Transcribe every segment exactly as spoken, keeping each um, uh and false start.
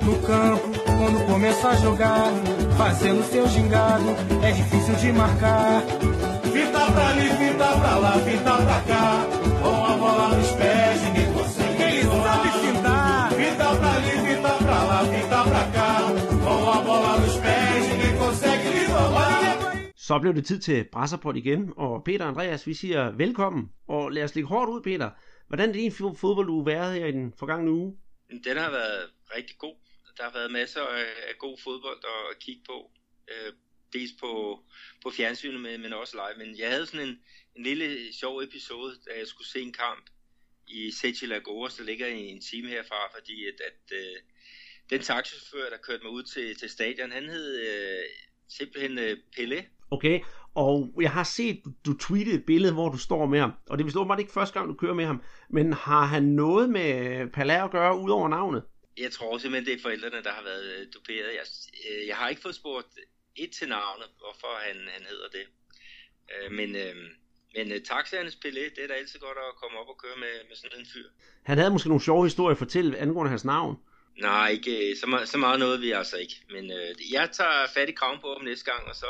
No campo, quando começa a jogar, fazendo seu gingado, é difícil de marcar. Fita pra ali, fita pra lá, fita pra cá, com a bola nos pés e ninguém consegue. Ele sabe fintar. Fita pra ali, fita pra lá, fita pra cá, com a bola nos pés e ninguém consegue lhe roubar. Så blev det tid til Brasserpot igen, og Peter og Andreas, vi siger velkommen, og lad os lægge hårdt ud, Peter. Hvordan er din fodbolduge været her i den forgangne uge? Den har været rigtig god. Der har været masser af god fodbold at kigge på. Dels på, på fjernsynet, men også live. Men jeg havde sådan en, en lille sjov episode, da jeg skulle se en kamp i Sechilagos, der ligger i en time herfra, fordi at, at uh, den taxichauffør, der kørte mig ud til, til stadion, han hed uh, simpelthen uh, Pelé. Okay, og jeg har set, du tweetede et billede, hvor du står med ham, og det er vist åbenbart ikke første gang, du kører med ham, men har han noget med Pelé at gøre, ud over navnet? Jeg tror simpelthen, det er forældrene, der har været duperet. Jeg, jeg har ikke fået spurgt et til navnet, hvorfor han, han hedder det. Men, men taxaernes Pelé, det er da altid godt at komme op og køre med, med sådan en fyr. Han havde måske nogle sjove historier at fortælle angående hans navn. Nej, ikke så meget, så meget noget vi altså ikke. Men jeg tager fat i kraven på ham næste gang, og så...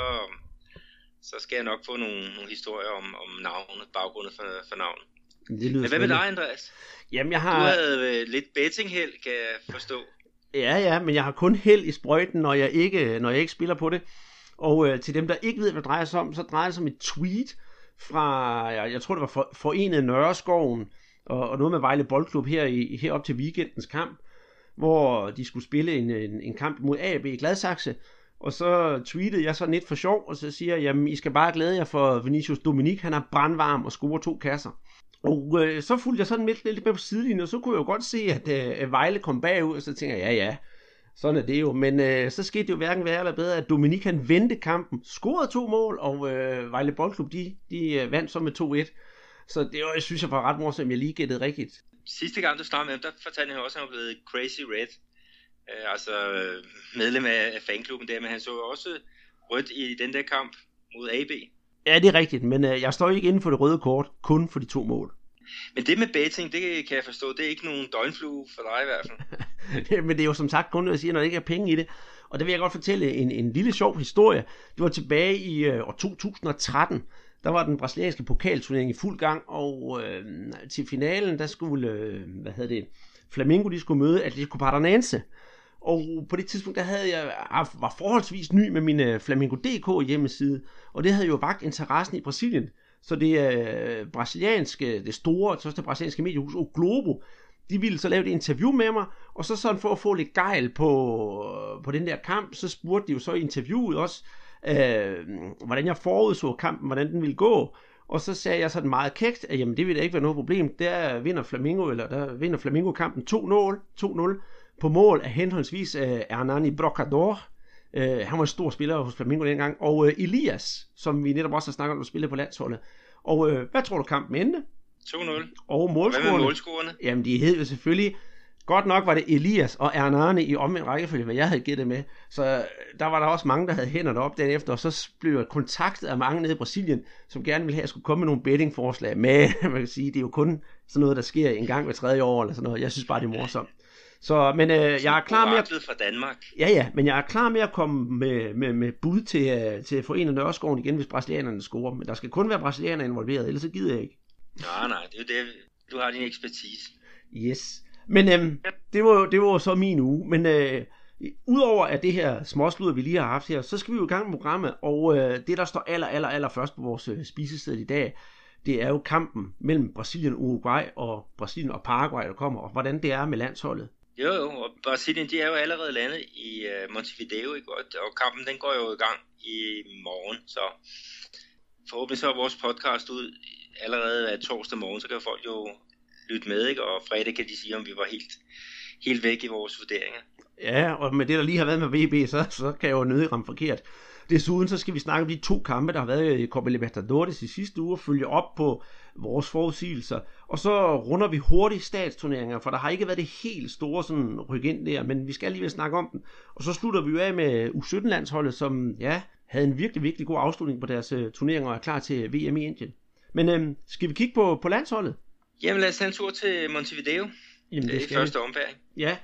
så skal jeg nok få nogle, nogle historier om, om navnet, baggrunden for, for navnet. Men hvad med dig, Andreas? Jamen, jeg har... Du havde øh, lidt bettingheld, kan jeg forstå. Ja, ja, men jeg har kun held i sprøjten, når jeg ikke, når jeg ikke spiller på det. Og øh, til dem, der ikke ved, hvad det drejer sig om, så drejer det sig om et tweet fra, jeg, jeg tror det var for, Forenet Nørreskoven, og, og noget med Vejle Boldklub her, i, her op til weekendens kamp, hvor de skulle spille en, en, en kamp mod A B i Gladsaxe. Og så tweetede jeg sådan lidt for sjov, og så siger jeg, jamen I skal bare glæde jer for Vinicius Dominik, han er brandvarm og scorer to kasser. Og øh, så fulgte jeg sådan lidt, lidt med på sidelinjen, og så kunne jeg jo godt se, at øh, Vejle kom bagud, og så tænker jeg, ja ja, sådan er det jo. Men øh, så skete det jo hverken værre eller bedre, at Dominik han vendte kampen, scorede to mål, og øh, Vejle Boldklub, de, de øh, vandt så med to et. Så det var, jeg synes jeg var ret morsomt, jeg lige gættede rigtigt. Sidste gang du snakkede med ham, der fortalte han også, at han var blevet Crazy Red. Uh, altså medlem af fanklubben der, men han så også rødt i den der kamp mod A B. Ja, det er rigtigt, men uh, jeg står ikke inden for det røde kort, kun for de to mål. Men det med betting, det kan jeg forstå, det er ikke nogen døgnflue for dig i hvert fald. Men det er jo som sagt kun noget at sige, når der ikke er penge i det. Og der vil jeg godt fortælle en, en lille sjov historie. Det var tilbage i uh, år to tusind og tretten. Der var den brasilianske pokalturnering i fuld gang, og uh, til finalen, der skulle, uh, hvad hedder det, Flamengo, de skulle møde Atlético Paranaense. Og på det tidspunkt, der havde jeg, var forholdsvis ny med min uh, Flamengo punktum d k hjemmeside, og det havde jo vakt interessen i Brasilien. Så det uh, brasilianske, det store, så det brasilianske mediehus, O Globo, de ville så lave et interview med mig, og så sådan for at få lidt gejl på, på den der kamp, så spurgte de jo så i interviewet også, uh, hvordan jeg forudså kampen, hvordan den ville gå. Og så sagde jeg sådan meget kægt, at jamen, det ville da ikke være noget problem, der vinder Flamengo, eller der vinder Flamengo kampen to nul på mål af henholdsvis uh, Hernani Brocador, uh, han var en stor spiller hos Flamengo dengang, og uh, Elias, som vi netop også har snakket om at spille på landsholdet. Og uh, hvad tror du kampen endte? to nul. Og målscorerne? Hvad med målscorerne? Jamen de hed jo selvfølgelig, godt nok var det Elias og Hernani i omvendt rækkefølge, hvad jeg havde gættet med, så der var der også mange, der havde hænderne op dagen efter, og så blev jeg kontaktet af mange nede i Brasilien, som gerne ville have, at jeg skulle komme med nogle bettingforslag, men man kan sige, det er jo kun sådan noget, der sker en gang hver tredje år, eller sådan noget. Jeg synes bare, det er morsomt. Så, men øh, jeg er klar med at... fra Danmark. Ja, ja, men jeg er klar med at komme med, med, med bud til, til Forenet Nørreskoven igen, hvis brasilianerne scorer. Men der skal kun være brasilianere involveret, ellers så gider jeg ikke. Nej, nej, det er jo det, du har din ekspertise. Yes. Men øhm, det, var, det var så min uge. Men øh, udover at det her småsludder, vi lige har haft her, så skal vi jo i gang med programmet. Og øh, det, der står aller, aller, aller først på vores øh, spisested i dag, det er jo kampen mellem Brasilien og Uruguay, og Brasilien og Paraguay, der kommer, og hvordan det er med landsholdet. Jo, jo, og Brasilien, de er jo allerede landet i uh, Montevideo, ikke? Og kampen, den går jo i gang i morgen, så forhåbentlig så er vores podcast ud allerede af torsdag morgen, så kan folk jo lytte med, ikke? Og fredag kan de sige, om vi var helt, helt væk i vores vurderinger. Ja, og med det, der lige har været med V B, så, så kan jeg jo nødig ramme forkert. Desuden så skal vi snakke om de to kampe, der har været i Copa Libertadores i sidste uge, og følge op på vores forudsigelser. Og så runder vi hurtigt statsturneringer, for der har ikke været det helt store sådan ryk ind der, men vi skal alligevel snakke om den. Og så slutter vi jo af med U sytten-landsholdet, som ja, havde en virkelig, virkelig god afslutning på deres uh, turneringer og er klar til V M i Indien. Men øhm, skal vi kigge på, på landsholdet? Jamen lad os tage en tur til Montevideo. Jamen, det det er første ombæring. Ja,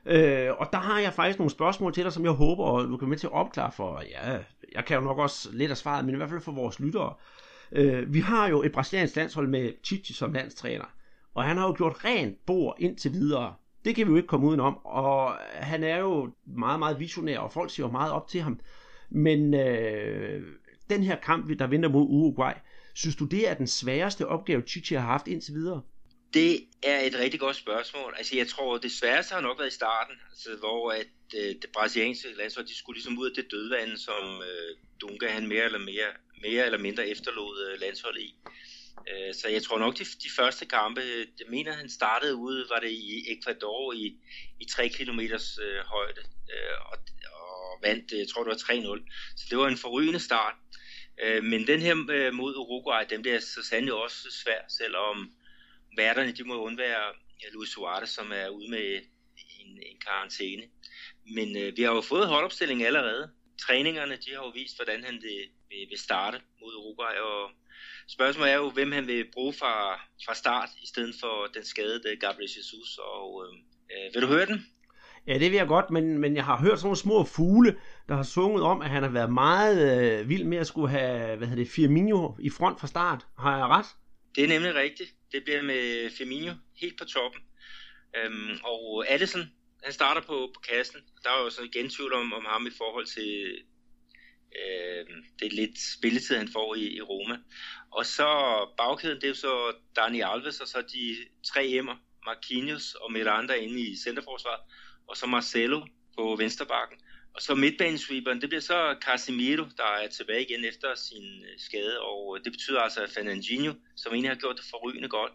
Øh, og der har jeg faktisk nogle spørgsmål til dig, som jeg håber, du kan med til at opklare for. Ja, jeg kan jo nok også lidt af svaret, men i hvert fald for vores lyttere. Øh, vi har jo et brasiliansk landshold med Tite som landstræner, og han har jo gjort rent bord indtil videre. Det kan vi jo ikke komme udenom, og han er jo meget, meget visionær, og folk siger jo meget op til ham. Men øh, den her kamp, der venter mod Uruguay, synes du, det er den sværeste opgave, Tite har haft indtil videre? Det er et rigtig godt spørgsmål. Altså, jeg tror, det sværeste har nok været i starten, altså, hvor at, øh, det brasilianske landshold, de skulle ligesom ud af det dødvande, som øh, Dunga han mere eller, mere, mere eller mindre efterlod øh, landsholdet i. Øh, så jeg tror nok, de, de første kampe, det mener han startede ude, var det i Ecuador i, i tre kilometers øh, højde, øh, og, og vandt, jeg tror det var tre nul. Så det var en forrygende start. Øh, men den her øh, mod Uruguay, den bliver så sandelig også svær, selvom værterne, de må undvære Luis Suarez, som er ude med en, en karantæne. Men øh, vi har jo fået holdopstilling allerede. Træningerne, de har jo vist, hvordan han vil, vil, vil starte mod Uruguay, og spørgsmålet er jo, hvem han vil bruge fra, fra start, i stedet for den skadede Gabriel Jesus. Og, øh, vil du høre den? Ja, det vil jeg godt, men, men jeg har hørt sådan nogle små fugle, der har sunget om, at han har været meget øh, vild med at skulle have, hvad hedder det, Firmino i front fra start. Har jeg ret? Det er nemlig rigtigt. Det bliver med Firmino helt på toppen. Øhm, og Alisson, han starter på, på kassen. Der er jo så igen tvivl om, om ham i forhold til øh, det lidt spilletid, han får i, i Roma. Og så bagkæden, det er jo så Dani Alves, og så de tre M'er, Marquinhos og Miranda inde i centerforsvaret, og så Marcelo på venstrebakken. Og så midtbanesweeperen, det bliver så Casemiro, der er tilbage igen efter sin skade, og det betyder altså, at Fernandinho, som egentlig har gjort det forrygende godt,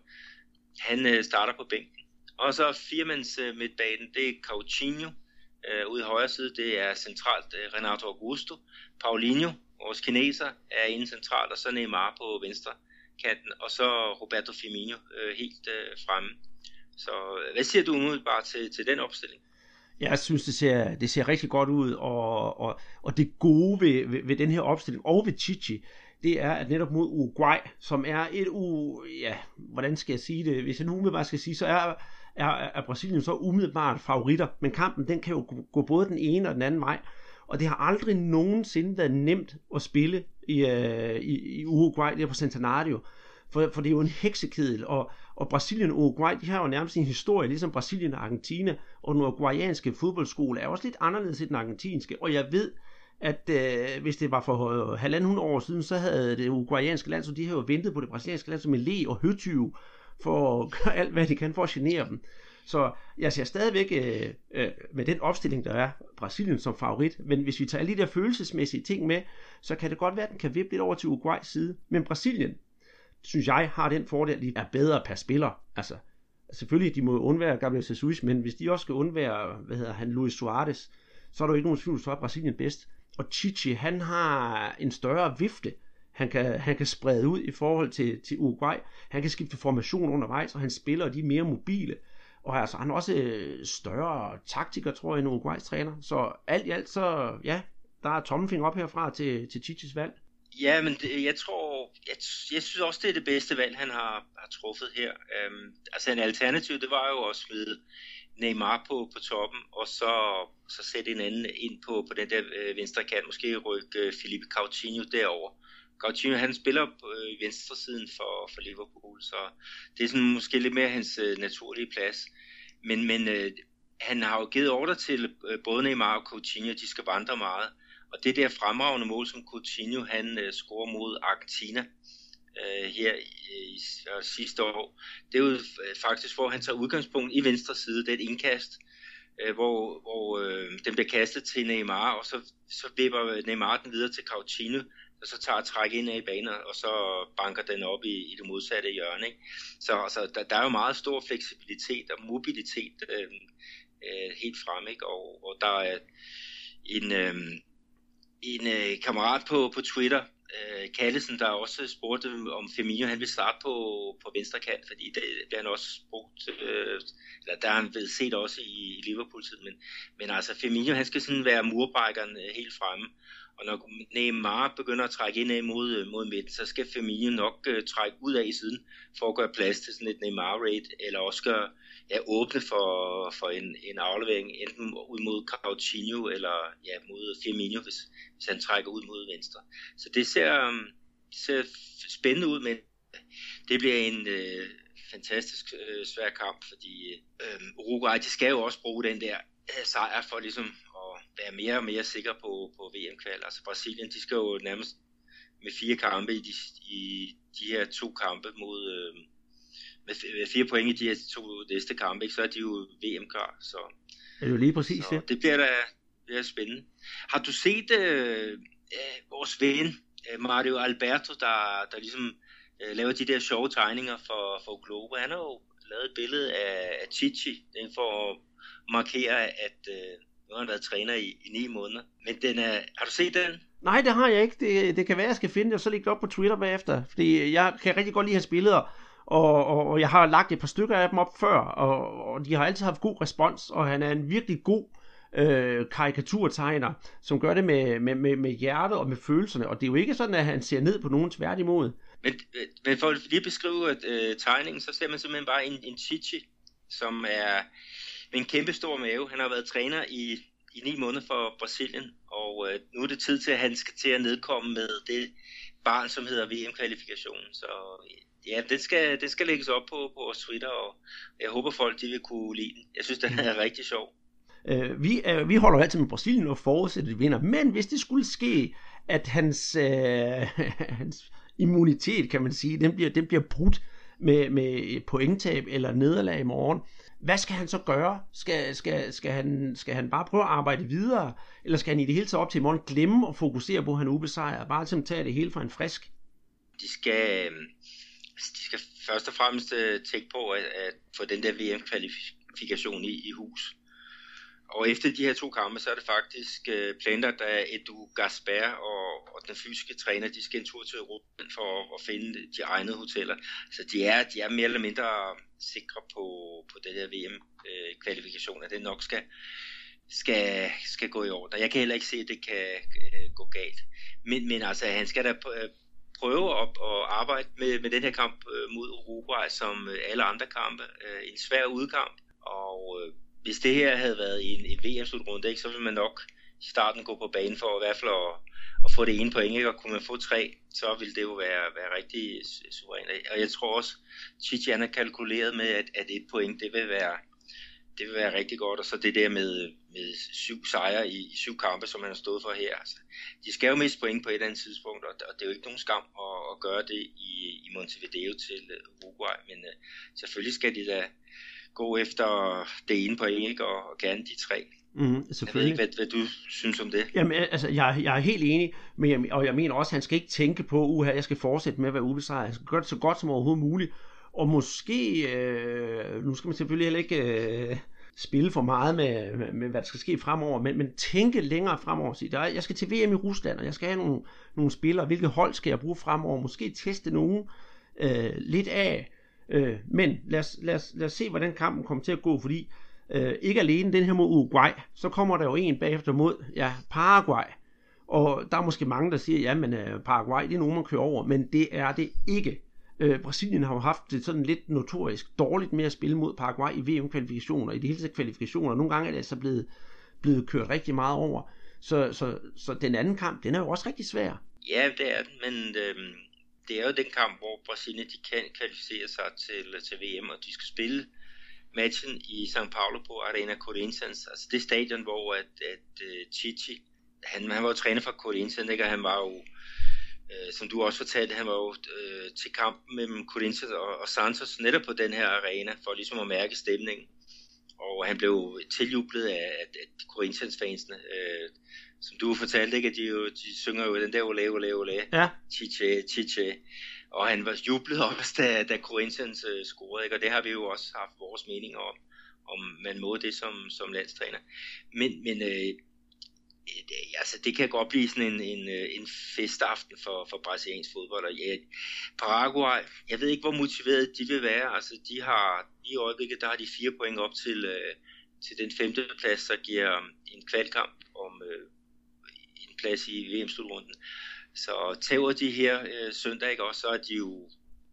han starter på bænken. Og så firemands midtbanen, det er Coutinho, øh, ude i højre side, det er centralt øh, Renato Augusto, Paulinho, vores kineser, er inde centralt, og så Neymar på venstre kanten, og så Roberto Firmino øh, helt øh, fremme. Så hvad siger du umiddelbart til, til den opstilling? Jeg synes, det ser, det ser rigtig godt ud, og, og, og det gode ved, ved, ved den her opstilling, og ved Tite, det er, at netop mod Uruguay, som er et u... Ja, hvordan skal jeg sige det? Hvis jeg nu umiddelbart skal sige, så er, er, er Brasilien så umiddelbart favoritter, men kampen, den kan jo gå både den ene og den anden vej, og det har aldrig nogensinde været nemt at spille i, uh, i, i Uruguay, der på Centenario, for, for det er jo en heksekedel, og, og Brasilien og Uruguay, de har jo nærmest en historie, ligesom Brasilien og Argentina, og den uruguayanske fodboldskole er også lidt anderledes end den argentinske, og jeg ved, at øh, hvis det var for halvanden hundrede år siden, så havde det uruguayanske land, så de havde jo ventet på det brasilianske land som en le og høtyve, for at gøre alt, hvad de kan for at genere dem. Så jeg ser stadigvæk øh, øh, med den opstilling, der er, Brasilien som favorit, men hvis vi tager alle de der følelsesmæssige ting med, så kan det godt være, at den kan vippe lidt over til Uruguays side, men Brasilien, synes jeg, har den fordel, at de er bedre per spiller. Altså, selvfølgelig, de må undvære Gabriel Jesus, men hvis de også skal undvære, hvad hedder han, Luis Suarez, så er der jo ikke nogen tvivl, så er Brasilien bedst. Og Tite, han har en større vifte, han kan, han kan sprede ud i forhold til, til Uruguay. Han kan skifte formation undervejs, og han spiller, og de er mere mobile. Og altså, han er også større taktiker, tror jeg, end Uruguays træner. Så alt i alt, så ja, der er tommelfinger op herfra til, til Tites valg. Ja, men det, jeg tror, jeg, jeg synes også, det er det bedste valg, han har, har truffet her. Um, altså en alternativ, det var jo at smide Neymar på, på toppen, og så, så sætte en anden ind på, på den der øh, venstre kant, måske rykke øh, Felipe Coutinho derover. Coutinho, han spiller på øh, venstre siden for, for Liverpool, så det er sådan måske lidt mere hans øh, naturlige plads. Men, men øh, han har jo givet ordre til øh, både Neymar og Coutinho, de skal vandre meget. Og det der fremragende mål, som Coutinho han øh, scorer mod Argentina øh, her i, i sidste år, det er jo øh, faktisk, hvor han tager udgangspunkt i venstre side. Det er et indkast, øh, hvor, hvor øh, den bliver kastet til Neymar, og så, så vipper Neymar den videre til Coutinho, og så tager træk ind i banen, og så banker den op i, i det modsatte hjørne. Ikke? Så altså, der, der er jo meget stor fleksibilitet og mobilitet øh, øh, helt frem, ikke? Og, og der er en... Øh, En øh, kammerat på, på Twitter, øh, Callesen, der også spurgte om Firmino, han vil starte på, på venstre kant, fordi det bliver han også brugt, øh, eller der har han vel set også i, i Liverpool-tiden, men, men altså Firmino, han skal sådan være murbrækkeren øh, helt fremme, og når Neymar begynder at trække ind mod, mod midten, så skal Firmino nok øh, trække ud af i siden, for at gøre plads til sådan et Neymar-raid, eller også gøre er åbne for, for en, en aflevering, enten ud mod Coutinho eller ja, mod Firmino, hvis, hvis han trækker ud mod venstre. Så det ser, ser spændende ud, men det bliver en øh, fantastisk øh, svær kamp, fordi øh, Uruguay, de skal jo også bruge den der øh, sejr for ligesom at være mere og mere sikker på, på V M-kval. Altså Brasilien, de skal jo nærmest med fire kampe i de, i de her to kampe mod øh, med fire point i de her to næste kampe, ikke, så er de jo V M-klar. Så er det jo lige præcis det. Det bliver da bliver spændende. Har du set øh, vores ven øh, Mario Alberto, der, der ligesom øh, laver de der sjove tegninger for, for Globo? Han har jo lavet et billede af, af Chichi, den for at markere, at øh, nu har han været træner i, i ni måneder. Men den er, har du set den? Nej, det har jeg ikke. Det, det kan være, jeg skal finde det, og så lægge det op på Twitter bagefter. Fordi jeg kan rigtig godt lide hans billeder, og, og, og jeg har lagt et par stykker af dem op før, og, og de har altid haft god respons, og han er en virkelig god øh, karikaturtegner, som gør det med, med, med, med hjertet og med følelserne, og det er jo ikke sådan, at han ser ned på nogen, tværtimod. Men, men for at lige beskrive øh, tegningen, så ser man simpelthen bare en, en Chichi, som er med en kæmpe stor mave. Han har været træner i, i ni måneder for Brasilien, og øh, nu er det tid til, at han skal til at nedkomme med det barn, som hedder V M-kvalifikationen. Så ja, det skal, det skal lægges op på, på vores Twitter, og jeg håber folk, de vil kunne lide den. Jeg synes, den er rigtig sjov. Øh, vi, øh, vi holder altid med Brasilien og forudsætter, at de vinder, men hvis det skulle ske, at hans, øh, hans immunitet, kan man sige, den bliver, den bliver brudt med, med pointtab eller nederlag i morgen, hvad skal han så gøre? Skal, skal, skal, han, skal han bare prøve at arbejde videre, eller skal han i det hele taget op til i morgen glemme og fokusere på, at han er ubesejret, bare til at tage det hele fra en frisk? De skal, de skal først og fremmest tænke på at, at få den der V M-kvalifikation i, i hus. Og efter de her to kampe, så er det faktisk uh, planlagt, at Edu Gaspar og, og den fysiske træner, de skal en tur til Europa for at, at finde de egnede hoteller. Så de er, de er mere eller mindre sikre på, på det der V M-kvalifikation, at det nok skal, skal, skal gå i orden. Jeg kan heller ikke se, at det kan uh, gå galt. Men, men altså, han skal da prøve at, at arbejde med, med den her kamp uh, mod Uruguay, som alle andre kampe. Uh, en svær udkamp, og uh, hvis det her havde været en, en V M-slutrunde, ikke, så ville man nok i starten gå på banen for i hvert fald at, at få det ene point, ikke, og kunne man få tre, så ville det jo være, være rigtig suverænt. Og jeg tror også, Chichi har kalkuleret med, at, at et point, det vil være, det vil være rigtig godt, og så det der med, med syv sejre i, i syv kampe, som han har stået for her. Altså, de skal jo miste point på et eller andet tidspunkt, og, og det er jo ikke nogen skam at, at gøre det i, i Montevideo til Uruguay, men uh, selvfølgelig skal de da gå efter det ene point, ikke? Og, og gerne de tre. Mm, jeg ved ikke, hvad, hvad du synes om det. Jamen, altså, jeg, jeg er helt enig, men jeg, og jeg mener også, at han skal ikke tænke på, uha, jeg skal fortsætte med at være ubesejret. Han skal gøre det så godt som overhovedet muligt. Og måske, øh, nu skal man selvfølgelig heller ikke øh, spille for meget med, med, med, hvad der skal ske fremover, men, men tænke længere fremover. Sige, der er, jeg skal til V M i Rusland, og jeg skal have nogle, nogle spillere. Hvilket hold skal jeg bruge fremover? Måske teste nogen øh, lidt af. Øh, men lad os, lad, os, lad os se, hvordan kampen kommer til at gå, fordi øh, ikke alene den her mod Uruguay, så kommer der jo en bagefter mod ja, Paraguay, og der er måske mange, der siger, ja, men øh, Paraguay, det er nogen, man kører over, men det er det ikke. Øh, Brasilien har jo haft det sådan lidt notorisk dårligt med at spille mod Paraguay i V M-kvalifikationer, i det hele taget kvalifikationer, nogle gange er det altså blevet, blevet kørt rigtig meget over, så, så, så den anden kamp, den er jo også rigtig svær. Ja, det er den, men øh... det er jo den kamp, hvor Brasilien de kan kvalificere sig til, til V M, og de skal spille matchen i São Paulo på Arena Corinthians, altså det stadion, hvor at, at uh, Chichi, han, han var jo træner for Corinthians, ikke? Og han var jo, uh, som du også fortalte, han var jo uh, til kampen mellem Corinthians og, og Santos netop på den her arena, for ligesom at mærke stemningen, og han blev tiljublet af, af, af Corinthians-fansene, uh, som du fortalte, ikke, at de, jo, de synger jo den der ole, ole, ole, ja. Chiche, Chiche, og han var jublet også, da, da Corinthians uh, scorede, ikke? Og det har vi jo også haft vores mening om, om man må det som, som landstræner. Men, men øh, det, altså, det kan godt blive sådan en, en, en festaften for, for brasiliansk fodbold, og ja, Paraguay, jeg ved ikke, hvor motiveret de vil være, altså de har, i øjeblikket, der har de fire point op til, øh, til den femte plads, der giver en kvalkamp om øh, en plads i V M-slutrunden. Så tager de her øh, søndag, ikke, også, så er de jo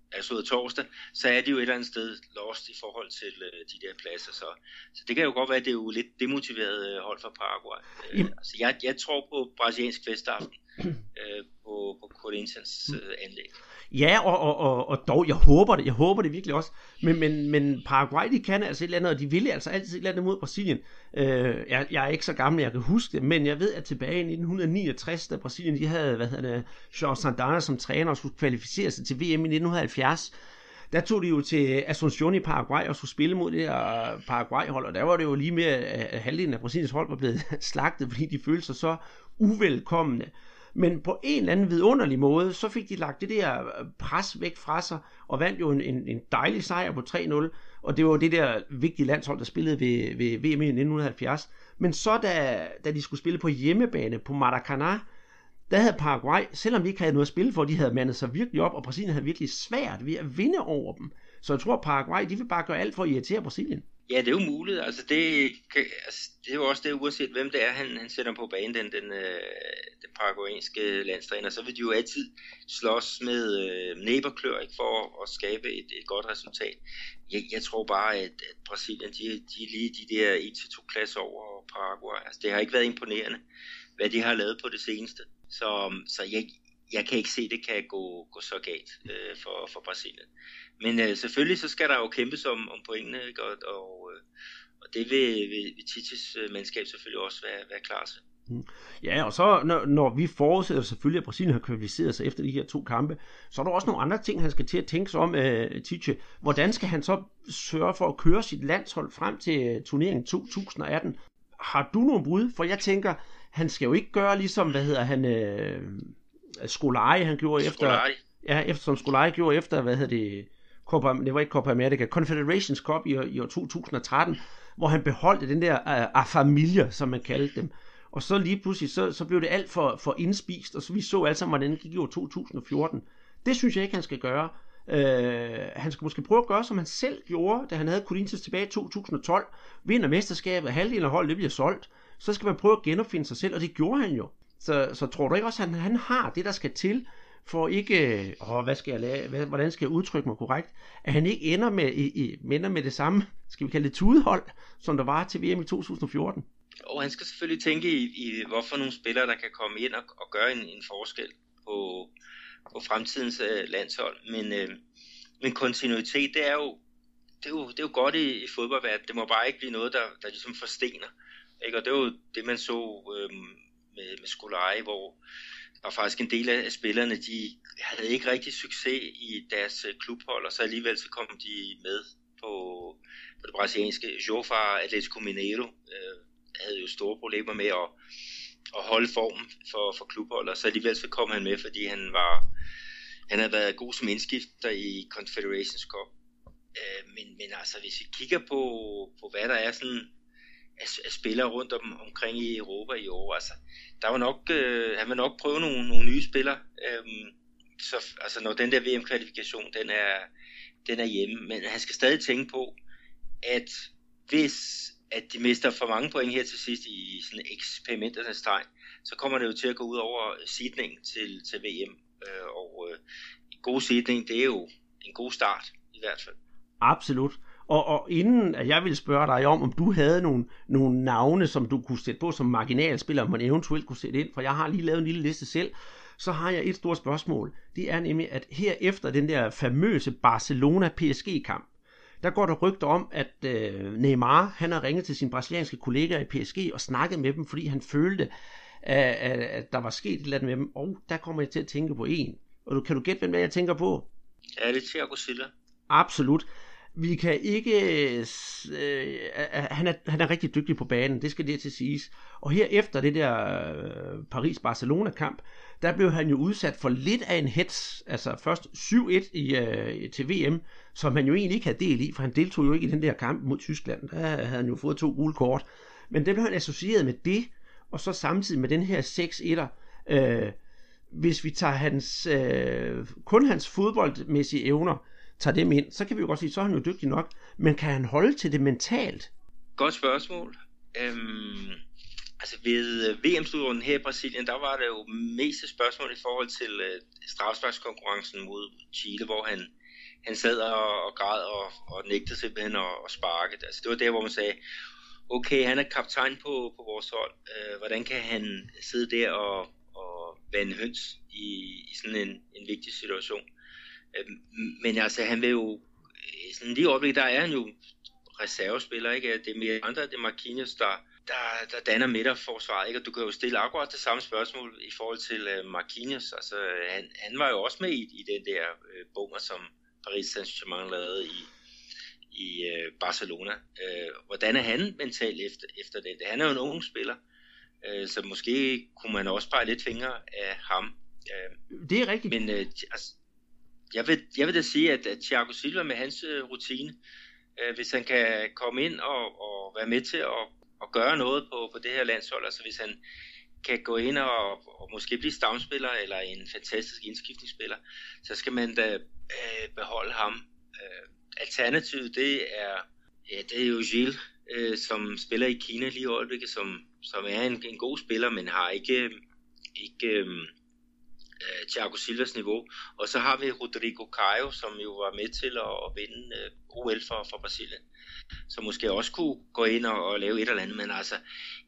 altså ud af torsdag, så er de jo et eller andet sted lost i forhold til øh, de der pladser. Så, så det kan jo godt være, at det er jo lidt demotiveret øh, hold for Paraguay. Øh, altså jeg, jeg tror på brasiliansk festaften øh, på, på Corinthians øh, anlæg. Ja, og, og, og, og dog, jeg håber det, jeg håber det virkelig også, men, men, men Paraguay, de kan altså et eller andet, og de ville altså altid et eller andet mod Brasilien. Øh, jeg, jeg er ikke så gammel, jeg kan huske det, men jeg ved, at tilbage i nitten niogtres, da Brasilien, de havde, hvad hedder det, Jorge Sandana som træner og skulle kvalificere sig til V M i nitten halvfjerds, der tog de jo til Asunción i Paraguay og skulle spille mod det her Paraguay-hold, og der var det jo lige med, at halvdelen af Brasiliens hold var blevet slagtet, fordi de følte sig så uvelkommende. Men på en eller anden vidunderlig måde, så fik de lagt det der pres væk fra sig, og vandt jo en, en, en dejlig sejr på tre nul, og det var det der vigtige landshold, der spillede ved, ved V M i nitten halvfjerds. Men så da, da de skulle spille på hjemmebane på Maracanã, der havde Paraguay, selvom de ikke havde noget at spille for, de havde mandet sig virkelig op, og Brasilien havde virkelig svært ved at vinde over dem. Så jeg tror, at Paraguay, de vil bare gøre alt for at irritere Brasilien. Ja, det er jo muligt. Altså det, altså det er jo også det, uanset hvem det er, han, han sætter på banen, den, den, den paraguayanske landstræner, så vil de jo altid slås med øh, næberklør, ikke, for at skabe et, et godt resultat. Jeg, jeg tror bare, at, at Brasilien, de, de er lige de der en til to klasser over Paraguay. Altså det har ikke været imponerende, hvad de har lavet på det seneste. Så, så jeg, jeg kan ikke se, at det kan gå, gå så galt øh, for, for Brasilien. Men øh, selvfølgelig så skal der jo kæmpes om, om pointene, ikke? Og, og, og det vil, vil, vil Titis øh, mandskab selvfølgelig også være, være klar til. Ja, og så når, når vi forudsætter selvfølgelig, at Brasilien har kvalificeret sig efter de her to kampe, så er der også nogle andre ting, han skal til at tænke sig om, uh, Tite. Hvordan skal han så sørge for at køre sit landshold frem til turneringen to tusind atten? Har du nogle bud? For jeg tænker, han skal jo ikke gøre ligesom, hvad hedder han, uh, Scolari, han gjorde Scolari. efter... Ja, efter, som Scolari gjorde efter, hvad hedder det... Copa, det var ikke Copa America, Confederations Cup i, i år to tusind tretten, hvor han beholdte den der uh, A Familia, som man kaldte dem. Og så lige pludselig, så, så blev det alt for, for indspist, og så vi så alle sammen, hvordan det gik i år to tusind fjorten. Det synes jeg ikke, han skal gøre. Uh, han skal måske prøve at gøre, som han selv gjorde, da han havde Corinthians tilbage i to tusind tolv, vinder mesterskabet, halvdelen af holdet, det bliver solgt. Så skal man prøve at genopfinde sig selv, og det gjorde han jo. Så, så tror du ikke også, at han, han har det, der skal til, for ikke, åh, hvad skal jeg lave, hvad, hvordan skal jeg udtrykke mig korrekt, at han ikke ender med, i, i, ender med det samme, skal vi kalde det tudehold, som der var til V M i to tusind fjorten. Og han skal selvfølgelig tænke i, i hvorfor nogle spillere, der kan komme ind og, og gøre en, en forskel på, på fremtidens uh, landshold. Men, uh, men kontinuitet, det er jo, det er jo, det er jo godt i, i fodboldverdenen. Det må bare ikke blive noget, der, der ligesom forstener. Ikke? Og det er jo det, man så uh, med, med Scolari, hvor og faktisk en del af spillerne, de havde ikke rigtig succes i deres klubhold, og så alligevel så kom de med på, på det brasilianske Jofar Atlético Mineiro. Øh, havde jo store problemer med at, at holde formen for, for klubhold, og så alligevel så kom han med, fordi han var han havde været god som indskifter i Confederations Cup. Øh, men, men altså, hvis vi kigger på, på hvad der er sådan af spillere rundt om, omkring i Europa i år. Altså, der var nok, øh, han vil nok prøve nogle, nogle nye spillere, øhm, så, altså når den der V M-kvalifikation, den er, den er hjemme, men han skal stadig tænke på, at hvis at de mister for mange point her til sidst i sådan eksperimenternes tegn, så kommer det jo til at gå ud over seedningen til, til V M, øh, og øh, en god seedning, det er jo en god start i hvert fald. Absolut. Og, og inden at jeg ville spørge dig om, om du havde nogle, nogle navne, som du kunne sætte på som marginalspiller, om man eventuelt kunne sætte ind, for jeg har lige lavet en lille liste selv, så har jeg et stort spørgsmål. Det er nemlig, at her efter den der famøse Barcelona-P S G-kamp, der går der rygter om, at øh, Neymar, han har ringet til sine brasilianske kollegaer i P S G og snakket med dem, fordi han følte, at, at, at der var sket et eller andet med dem. Og der kommer jeg til at tænke på en. Og du, kan du gætte, hvem jeg tænker på? Ja, det er Thiago Silva. Absolut. Vi kan ikke... Øh, han, er, han er rigtig dygtig på banen, det skal det til siges. Og her efter det der øh, Paris-Barcelona-kamp, der blev han jo udsat for lidt af en hets. Altså først syv et i, øh, til V M, som han jo egentlig ikke havde del i, for han deltog jo ikke i den der kamp mod Tyskland. Der havde han jo fået to gule kort. Men det blev han associeret med det, og så samtidig med den her seks etter. Øh, hvis vi tager hans, øh, kun hans fodboldmæssige evner, tager dem ind, så kan vi jo godt sige, så er han jo dygtig nok, men kan han holde til det mentalt? Godt spørgsmål. Øhm, altså ved V M-slutrunden her i Brasilien, der var der jo mest spørgsmål i forhold til øh, strafsparkskonkurrencen mod Chile, hvor han han sad og, og græd og, og nægtede simpelthen at, at sparke. Altså, det var der, hvor man sagde, okay, han er kaptajn på, på vores hold. Øh, hvordan kan han sidde der og, og vande høns i, i sådan en, en vigtig situation? Øh, men altså, han vil jo, sådan lige øjeblik, der er han jo reservespiller, ikke? Det er mere andre, det er Marquinhos, der, der, der danner midterforsvaret, ikke? Og du kan jo stille akkurat det samme spørgsmål i forhold til uh, Marquinhos. Altså, han, han var jo også med i, i den der uh, bomber, som Paris Saint-Germain lavede i, i uh, Barcelona. Uh, hvordan er han mentalt efter, efter det? Han er jo en ung spiller, uh, så måske kunne man også bare lidt fingre af ham. Uh, det er rigtigt. Men uh, altså, jeg, vil, jeg vil da sige, at, at Thiago Silva med hans uh, rutine, uh, hvis han kan komme ind og, og være med til at og gøre noget på, på det her landshold, altså hvis han kan gå ind og, og måske blive stamspiller eller en fantastisk indskiftningsspiller, så skal man da øh, beholde ham. Øh, alternativet, det er, ja, det er jo Gilles, øh, som spiller i Kina lige i øjeblikket, som, som er en, en god spiller, men har ikke, ikke øh, Thiago Silvas niveau. Og så har vi Rodrigo Caio, som jo var med til at, at vinde øh, O L for, for Brasilien, som måske også kunne gå ind og, og lave et eller andet, men altså,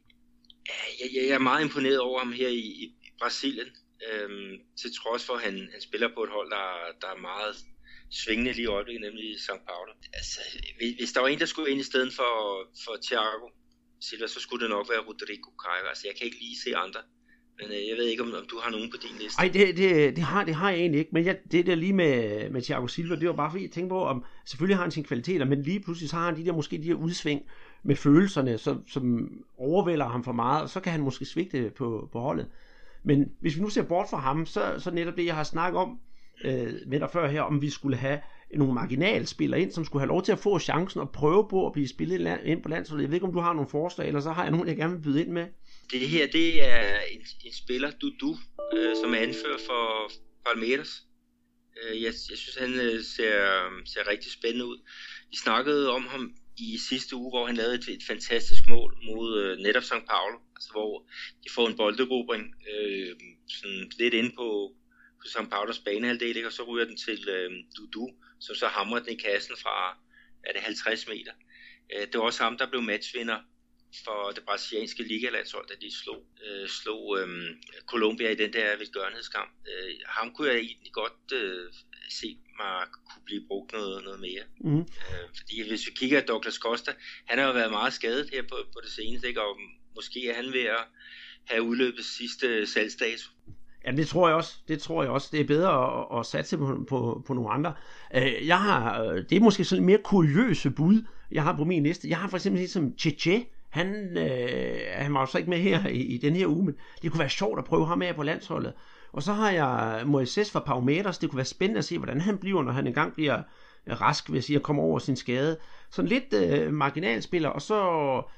jeg, jeg er meget imponeret over ham her i, i Brasilien, øhm, til trods for, at han, han spiller på et hold, der, der er meget svingende lige i øjeblikket, nemlig São Paulo. Altså, hvis der var en, der skulle ind i stedet for, for Thiago Silva, så skulle det nok være Rodrigo Caio. Altså, jeg kan ikke lige se andre. Men øh, jeg ved ikke, om, om du har nogen på din liste. Nej, det, det, det, har, det har jeg egentlig ikke. Men jeg, det der lige med, med Thiago Silva, det var bare fordi, jeg tænkte på, om selvfølgelig har han sine kvaliteter, men lige pludselig så har han de der, måske de der udsving med følelserne, som, som overvælder ham for meget, og så kan han måske svigte på, på holdet. Men hvis vi nu ser bort fra ham, så, så netop det, jeg har snakket om øh, med dig før her, om vi skulle have nogle marginalspillere ind, som skulle have lov til at få chancen og prøve på at blive spillet ind på landsholdet. Jeg ved ikke, om du har nogle forslag, eller så har jeg nogen, jeg gerne vil byde ind med. Det her, det er en, en spiller, Dudu, øh, som er anfører for Palmeiras. Øh, jeg, jeg synes, han øh, ser, ser rigtig spændende ud. Vi snakkede om ham i sidste uge, hvor han lavede et, et fantastisk mål mod øh, netop São Paulo, altså hvor de får en bolderobring øh, sådan lidt inde på, på São Paulos banehalvdel, ikke? Og så ryger den til øh, Dudu, som så hamrer den i kassen fra er det halvtreds meter. Øh, det var også ham, der blev matchvinder for det brasilianske ligalandshold, da de slog, øh, slog øh, Colombia i den der velgørenhedskamp. Øh, ham kunne jeg egentlig godt øh, se mig kunne blive brugt noget, noget mere. Mm. Øh, fordi hvis vi kigger på Douglas Costa, han har jo været meget skadet her på, på det seneste, ikke? Og måske er han ved at have udløbet sidste salgsdato. Ja, det tror jeg også. Det tror jeg også. Det er bedre at, at satse på, på, på nogle andre. Jeg har, det er måske sådan mere kuriøse bud, jeg har på min liste. Jeg har for eksempel ligesom Cheche. Han, øh, han var jo så ikke med her i, i den her uge, men det kunne være sjovt at prøve ham med på landsholdet. Og så har jeg Moises fra Palmeiras. Det kunne være spændende at se, hvordan han bliver, når han engang bliver rask, vil jeg sige, at komme over sin skade. Sådan lidt øh, marginalspiller. Og så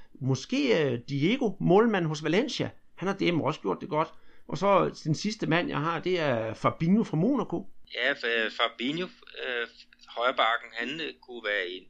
måske øh, Diego, målmand hos Valencia. Han har dem også gjort det godt. Og så den sidste mand, jeg har, det er Fabinho fra Monaco. Ja, Fabinho, øh, højrebakken, han øh, kunne være en,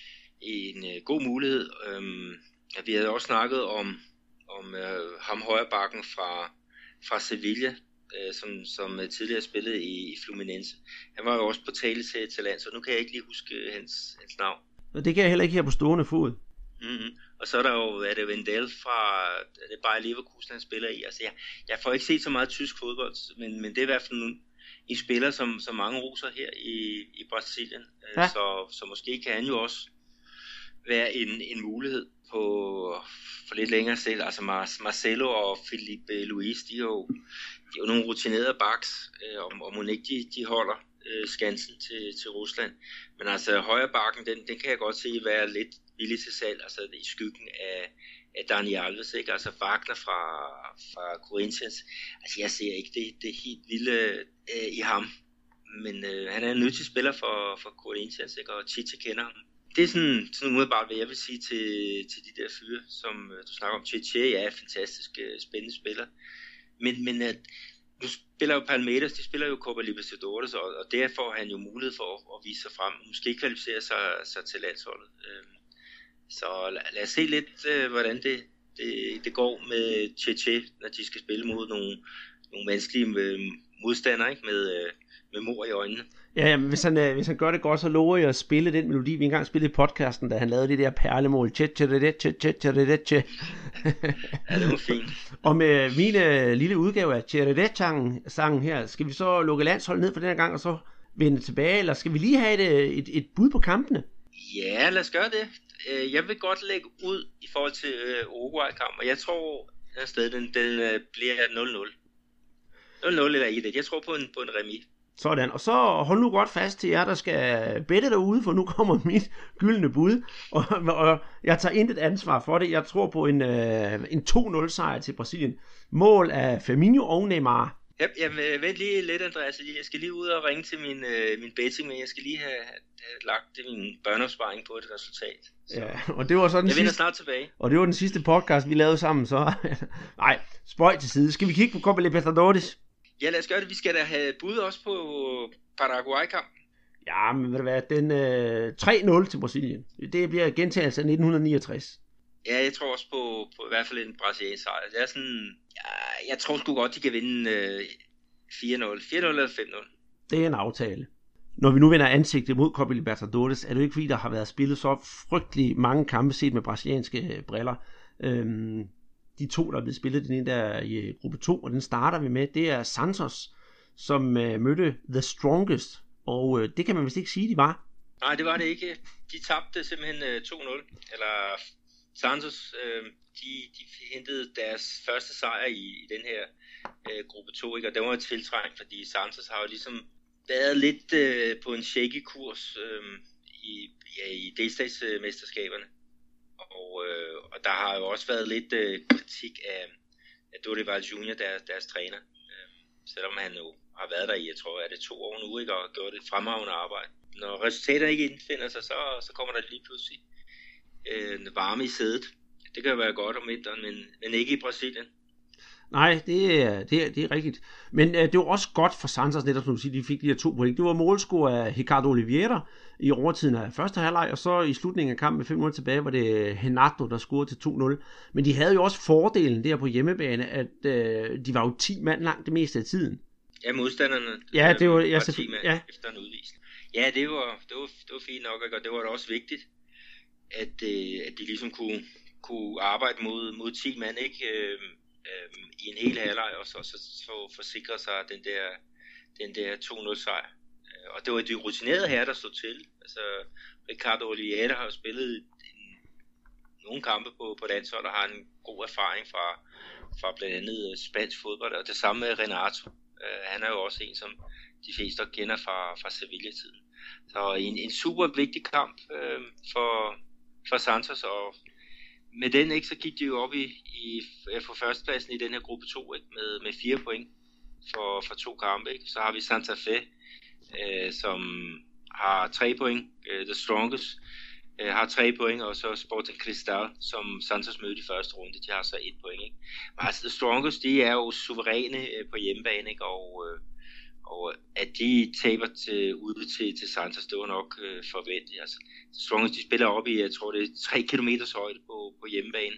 en øh, god mulighed. Øhm, ja, vi havde også snakket om, om øh, ham højrebakken fra, fra Sevilla, øh, som, som tidligere spillede i, i Fluminense. Han var jo også på tale til, til land, så nu kan jeg ikke lige huske hans, hans navn. Og det kan jeg heller ikke her på stående fod. Mm-hmm. Og så er der jo, er det Vendel fra, det er Bayer Leverkusen, han spiller i. Altså, jeg, jeg får ikke set så meget tysk fodbold, men, men det er i hvert fald en, en spiller, som, som mange roser her i, i Brasilien. Ja. Så, så måske kan han jo også være en, en mulighed på for lidt længere selv. Altså Mar- Marcelo og Felipe Luis, de er jo, de er jo nogle rutinerede backs, øh, og, og må ikke de, de holder øh, skansen til, til Rusland. Men altså højre bakken, den, den kan jeg godt se være lidt villig til salg, altså i skyggen af, af Dani Alves, ikke? Altså Wagner fra, fra Corinthians. Altså jeg ser ikke det, det helt vilde øh, i ham, men øh, han er en nyttig spiller for, for Corinthians, ikke? Og Tite kender ham. Det er sådan, sådan umiddelbart, hvad jeg vil sige til, til de der fyre, som øh, du snakker om. Tite er fantastisk øh, spændende spiller, men, men at nu spiller jo Palmeiras, de spiller jo Copa Libertadores, og, og der får han jo mulighed for at, at vise sig frem, måske kvalificere sig, sig til landsholdet. Øh, Så lad, lad os se lidt, øh, hvordan det, det, det går med Cheche, når de skal spille mod nogle, nogle vanskelige øh, modstander, ikke? Med, øh, med mor i øjnene. Ja, ja, men hvis han, øh, hvis han gør det godt, så lover jeg at spille den melodi, vi engang spillede i podcasten, da han lavede det der perlemål. Tje, tje, tje, tje, tje, tje, tje. Ja, det var fint. Og med min øh, lille udgave af Tjeredet-sangen her, skal vi så lukke landshold ned for den her gang, og så vende tilbage, eller skal vi lige have et, et, et bud på kampene? Ja, lad os gøre det. Jeg vil godt lægge ud i forhold til Uruguay-kampen, og jeg tror, at den, den bliver nul nul. nul nul eller et et. Jeg tror på en, på en remis. Sådan, og så hold nu godt fast til jer, der skal bette derude, for nu kommer mit gyldne bud, og, og jeg tager intet ansvar for det. Jeg tror på en, øh, en to nul sejr til Brasilien. Mål af Firmino og Neymar. Ja, jeg vent lige lidt, Andreas. Jeg skal lige ud og ringe til min, øh, min betting, men jeg skal lige have, have lagt min børneopsparing på et resultat. Så. Ja, og det var så den jeg sidste, vender snart tilbage. Og det var den sidste podcast, vi lavede sammen, så nej, spøj til side. Skal vi kigge på Copa Libertadores? Ja, lad os gøre det. Vi skal da have bud også på Paraguay-kampen. Ja, men ved du hvad, den øh, tre nul til Brasilien. Det bliver gentagelse af nitten niogtres. Ja, jeg tror også på, på i hvert fald en brasiliansk sejr. Det er sådan, ja, jeg tror sgu godt, de kan vinde øh, fire nul. fire nul eller fem nul. Det er en aftale. Når vi nu vender ansigtet mod Copa Libertadores, er det jo ikke fordi, der har været spillet så frygtelig mange kampe set med brasilianske briller. Øhm, de to, der er blevet spillet, den ene der i gruppe to, og den starter vi med, det er Santos, som øh, mødte The Strongest, og øh, det kan man vist ikke sige, de var. Nej, det var det ikke. De tabte simpelthen øh, to nul, eller Santos, øh, de, de hentede deres første sejr i, i den her øh, gruppe to, ikke? Og det var jo tiltrængt, fordi Santos har jo ligesom været lidt øh, på en shaky kurs øh, i, ja, i delstatsmesterskaberne. Og, øh, og der har jo også været lidt øh, kritik af, af Dorival junior, deres, deres træner. Øh, selvom han jo har været der i, jeg tror, er det to år nu, ikke? Og gjort et fremragende arbejde. Når resultaterne ikke indfinder sig, så, så kommer der lige pludselig øh, varme i sædet. Det kan jo være godt om vinteren, men, men ikke i Brasilien. Nej, det er, det er, det er rigtigt. Men øh, det var også godt for Santos, netop som du siger, de fik de her to point. Det var målscore af Ricardo Oliveira i overtiden af første halvleg, og så i slutningen af kampen med fem minutter tilbage, var det Renato, der scorede til to nul. Men de havde jo også fordelen der på hjemmebane, at øh, de var jo ti mand langt det meste af tiden. Ja, modstanderne ja, det var, var ja, ti mand ja. efter en udvisning. Ja, det var, det var, det var fint nok, og det var da også vigtigt, at, øh, at de ligesom kunne, kunne arbejde mod, mod ti mand, ikke? Øh, øh, i en hel halvleg, og så, så, så forsikre sig den der, den der to nul sejr. Og det var de rutinerede her, der stod til. Altså, Ricardo Oliveira har jo spillet en, nogle kampe på, på landshold, og har en god erfaring fra, fra blandt andet spansk fodbold, og det samme med Renato. Uh, han er jo også en, som de fleste kender fra, fra Sevilla-tiden. Så en, en super vigtig kamp uh, for, for Santos, og med den, ikke, så gik de jo op i, i for førstepladsen i den her gruppe to, ikke, med, med fire point for, for to kampe. Ikke. Så har vi Santa Fe, øh, som har tre point, øh, The Strongest øh, har tre point, og så Sporting Cristal, som Santos mødte i første runde, de har så et point. Ikke. Men altså The Strongest, de er jo suveræne øh, på hjemmebane, ikke, og, øh, og at de taber til, ude til, til Santos, det var nok øh, forventeligt. Altså, The Strongest, de spiller op i, jeg tror det er tre kilometers højde på, på hjemmebane.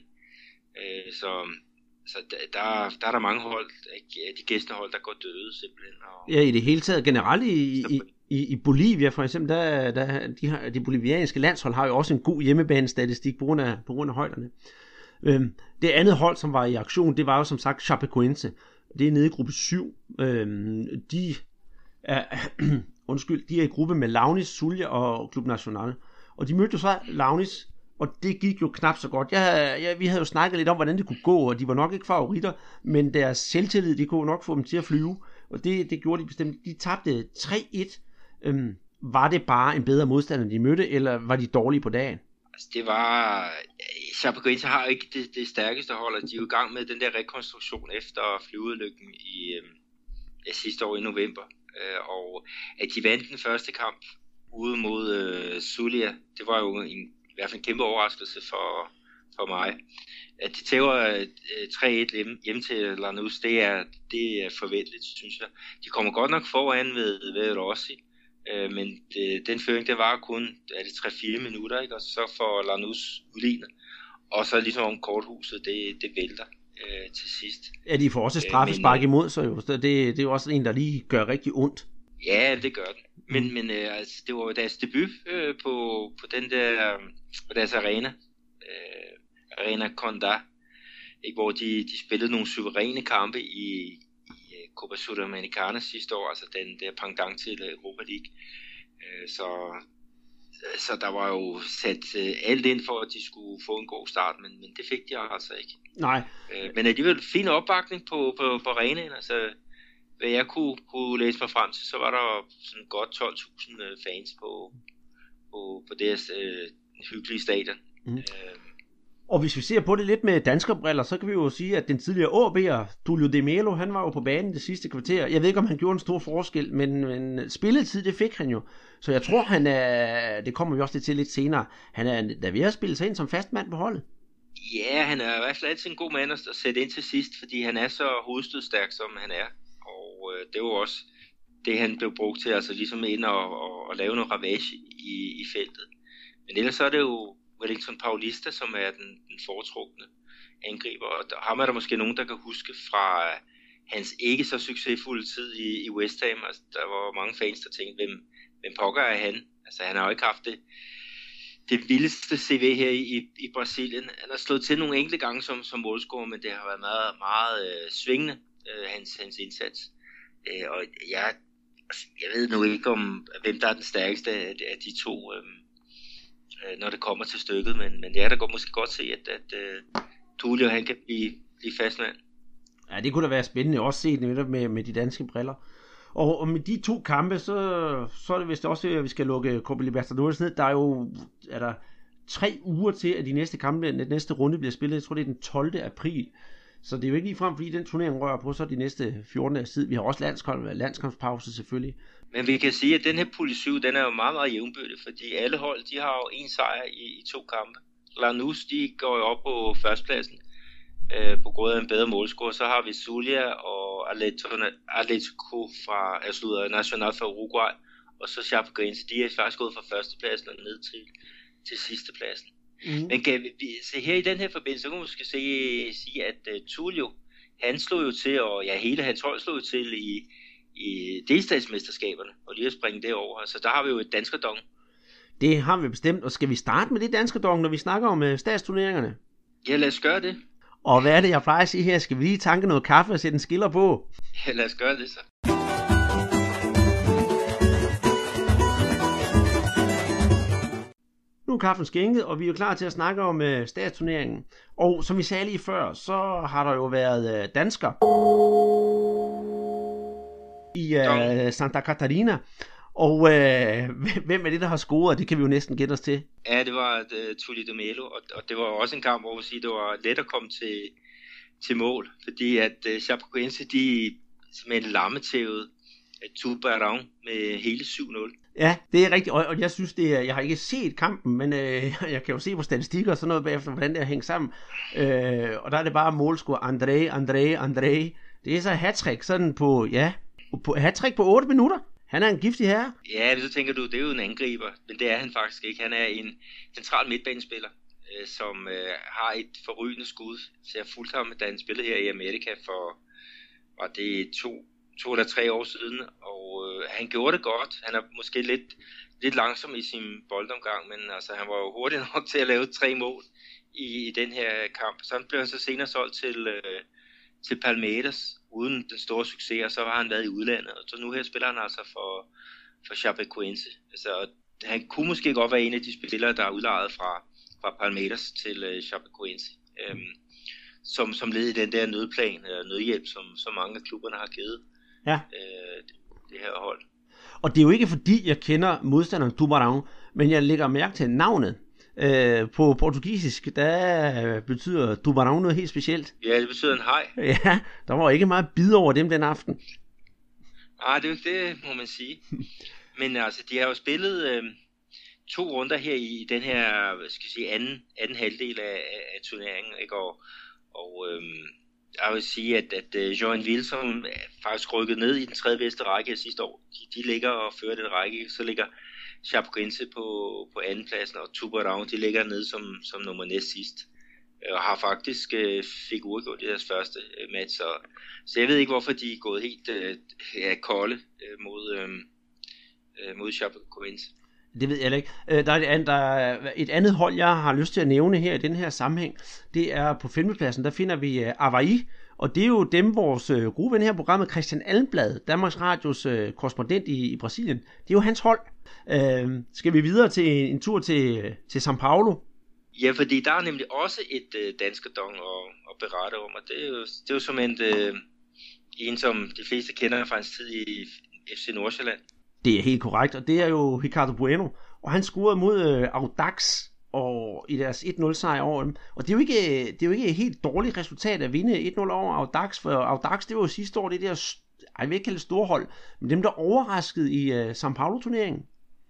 Øh, så så der, der er der mange hold, de gæstehold, der går døde simpelthen. Og ja, i det hele taget generelt i, i, i, i Bolivia for eksempel, der, der, de, har, de bolivianske landshold har jo også en god hjemmebanestatistik på grund af, på grund af højderne. Øhm, det andet hold, som var i aktion, det var jo som sagt Chapecoense. Det er nede i gruppe syv. Øhm, de er, undskyld, de er i gruppe med Launis, Zulia og Club Nacional. Og de mødte jo så Launis, og det gik jo knap så godt. Jeg, jeg, vi havde jo snakket lidt om, hvordan det kunne gå, og de var nok ikke favoritter, men deres selvtillid, de kunne nok få dem til at flyve, og det, det gjorde de bestemt. De tabte tre et. Øhm, var det bare en bedre modstander, de mødte, eller var de dårlige på dagen? Altså, det var... Chapecoense har ikke det, det stærkeste hold, og de er jo i gang med den der rekonstruktion efter flyulykken i øh, sidste år i november. Øh, og at de vandt den første kamp ude mod øh, Zulia, det var jo en i hvert fald en kæmpe overraskelse for, for mig. At de tæver øh, tre et hjem, hjem til Lanús, det er, det er forventeligt, synes jeg. De kommer godt nok foran ved, ved Rossi, øh, men det, den føring, det var kun er det tre fire minutter, ikke? Og så får Lanús udlignet. Og så ligesom om korthuset, det, det vælter. øh, til sidst. Ja, de får også straffespark imod sig jo, så det, det er jo også en, der lige gør rigtig ondt. Ja, det gør den. Men, mm. men øh, altså, det var jo deres debut øh, på, på den der, på deres arena, øh, Arena Condá, ikke, hvor de, de spillede nogle suveræne kampe i, i Copa Sudamericana sidste år, altså den der pendant til Europa League. Øh, så, så der var jo sat øh, alt ind for, at de skulle få en god start, men, men det fik de altså ikke. Nej. Øh, men alligevel fin opbakning på, på, på arenaen, altså hvad jeg kunne, kunne læse mig frem til, så var der sådan godt tolv tusind fans på, på, på deres øh, hyggelige stadion. Mm. Øh, Og hvis vi ser på det lidt med danskerbriller, så kan vi jo sige, at den tidligere A B'er, Tulio de Melo, han var jo på banen det sidste kvarter. Jeg ved ikke, om han gjorde en stor forskel, men, men spilletid, det fik han jo. Så jeg tror, han er, det kommer vi også til lidt senere, han er da ved at spille sig ind som fast mand på holdet. Ja, han er i hvert fald altid en god mand at sætte ind til sidst, fordi han er så hovedstødstærk, som han er. Og øh, det var også det, han blev brugt til, altså ligesom ind og, og, og lave noget ravage i, i feltet. Men ellers så er det jo Wellington Paulista, som er den, den foretrukne angriber. Og der, ham er der måske nogen, der kan huske fra uh, hans ikke så succesfulde tid i, i West Ham. Altså, der var mange fans, der tænkte, hvem, hvem pokker er han? Altså, han har jo ikke haft det, det vildeste C V her i, i Brasilien. Han har slået til nogle enkelte gange som, som målscorer, men det har været meget, meget uh, svingende, uh, hans, hans indsats. Uh, og jeg, jeg ved nu ikke, om hvem der er den stærkeste af, af de to, um, når det kommer til stykket, men, men jeg kan da måske godt se, at, at uh, Tulio, han kan blive, blive fastmand. Ja, det kunne da være spændende, også set netop med, med de danske briller. Og, og med de to kampe, så, så er det vist også, at vi skal lukke Copa Libertadores ned. Der er jo er der tre uger til, at de næste kampe, den næste runde bliver spillet. Jeg tror, det er den tolvte april. Så det er jo ikke ligefrem, fordi den turnering rører på så de næste fjorten dages tid. Vi har også landskamp, landskampspause selvfølgelig. Men vi kan sige, at den her pulje syv, den er jo meget, meget jævnbyrdig, fordi alle hold, de har jo en sejr i, i to kampe. Lanús, de går jo op på førstepladsen øh, på grund af en bedre målscore. Så har vi Zulia og Atletico fra altså, Nacional fra Uruguay, og så Chapecoense, de er faktisk gået fra førstepladsen og ned til, til sidstepladsen. Mm. Men kan vi, se her i den her forbindelse, så kan vi måske se, sige, at uh, Tulio, han slog jo til, og ja, hele hans hold slog jo til i i delstatsmesterskaberne, og lige at springe det over. Så der har vi jo et danskerdong. Det har vi bestemt, og skal vi starte med det danskerdong, når vi snakker om uh, statsturneringerne? Ja, lad os gøre det. Og hvad er det, jeg plejer at sige her? Skal vi lige tanke noget kaffe og sætte en skiller på? Ja, lad os gøre det så. Nu er kaffen skænket, og vi er jo klar til at snakke om uh, statsturneringen. Og som vi sagde lige før, så har der jo været uh, dansker i uh, Santa Catarina. Og uh, hvem er det, der har scoret? Det kan vi jo næsten gætte os til. Ja, det var uh, Tulio de Melo, og, og det var også en kamp, hvor vi siger, det var let at komme til, til mål. Fordi at uh, Chapecoense, de simpelthen lammetævede uh, Tubarão med hele syv nul. Ja, det er rigtigt, og, og jeg synes, det er, jeg har ikke set kampen, men øh, jeg kan jo se på statistikker og sådan noget bagefter, hvordan det har hængt sammen. Øh, og der er det bare målscore, André, André, André. Det er så hat-trick, sådan på, ja, på, hat-trick på otte minutter. Han er en giftig herre. Ja, så tænker du, det er jo en angriber, men det er han faktisk ikke. Han er en central midtbanespiller, øh, som øh, har et forrygende skud. Så jeg fulgte ham, da han spillede her i Amerika for, var det to to eller tre år siden, og øh, han gjorde det godt. Han er måske lidt, lidt langsom i sin boldomgang, men altså, han var jo hurtig nok til at lave tre mål i, i den her kamp. Så blev han så senere solgt til, øh, til Palmeiras, uden den store succes, og så har han været i udlandet. Og så nu her spiller han altså for, for Chapecoense. Altså, han kunne måske godt være en af de spillere, der er udlejet fra, fra Palmeiras til øh, Chapecoense. Øhm, som, som led i den der nødplan, øh, nødhjælp, som, som mange af klubberne har givet. Ja. Øh, det, det her hold. Og det er jo ikke fordi jeg kender modstanderen Tubarão, men jeg lægger mærke til navnet. Øh, på portugisisk, der betyder Tubarão noget helt specielt. Ja, det betyder en haj. Ja, der var ikke meget bid over dem den aften. Nej, det, det må man sige. Men altså, de har jo spillet øh, to runder her i den her, skal jeg sige, anden, anden halvdel af, af, af turneringen, ikke? Og, og øh, jeg vil sige, at, at uh, Joinville, som faktisk rykket ned i den tredje bedste række sidste år, de, de ligger og fører den række, så ligger Chapecoense på, på andenpladsen, og Tubarão, de ligger nede som, som nummer næst sidst. og har faktisk øh, fik uafgjort i deres første øh, match, så, så jeg ved ikke, hvorfor de er gået helt øh, ja, kolde øh, mod, øh, øh, mod Chapecoense. Det ved jeg ikke. Der er, et andet, der er et andet hold, jeg har lyst til at nævne her i den her sammenhæng. Det er på femtepladsen, der finder vi Avaí, og det er jo dem, vores gode ven her i programmet, Christian Almblad, Danmarks Radios korrespondent i, i Brasilien. Det er jo hans hold. Øh, skal vi videre til en, en tur til, til São Paulo? Ja, fordi der er nemlig også et øh, danskerdong at, at berette om, og det er jo, det er jo som en, øh, en, som de fleste kender fra hans tid i F C Nordsjælland. Det er helt korrekt, og det er jo Ricardo Bueno, og han scorede mod øh, Audax og i deres et nul sejr over dem. Og det er jo ikke det er jo ikke et helt dårligt resultat at vinde et nul over Audax, for Audax, det var jo sidste år det der, jeg vil ikke kalde det store hold, men dem der overraskede i øh, São Paulo turneringen.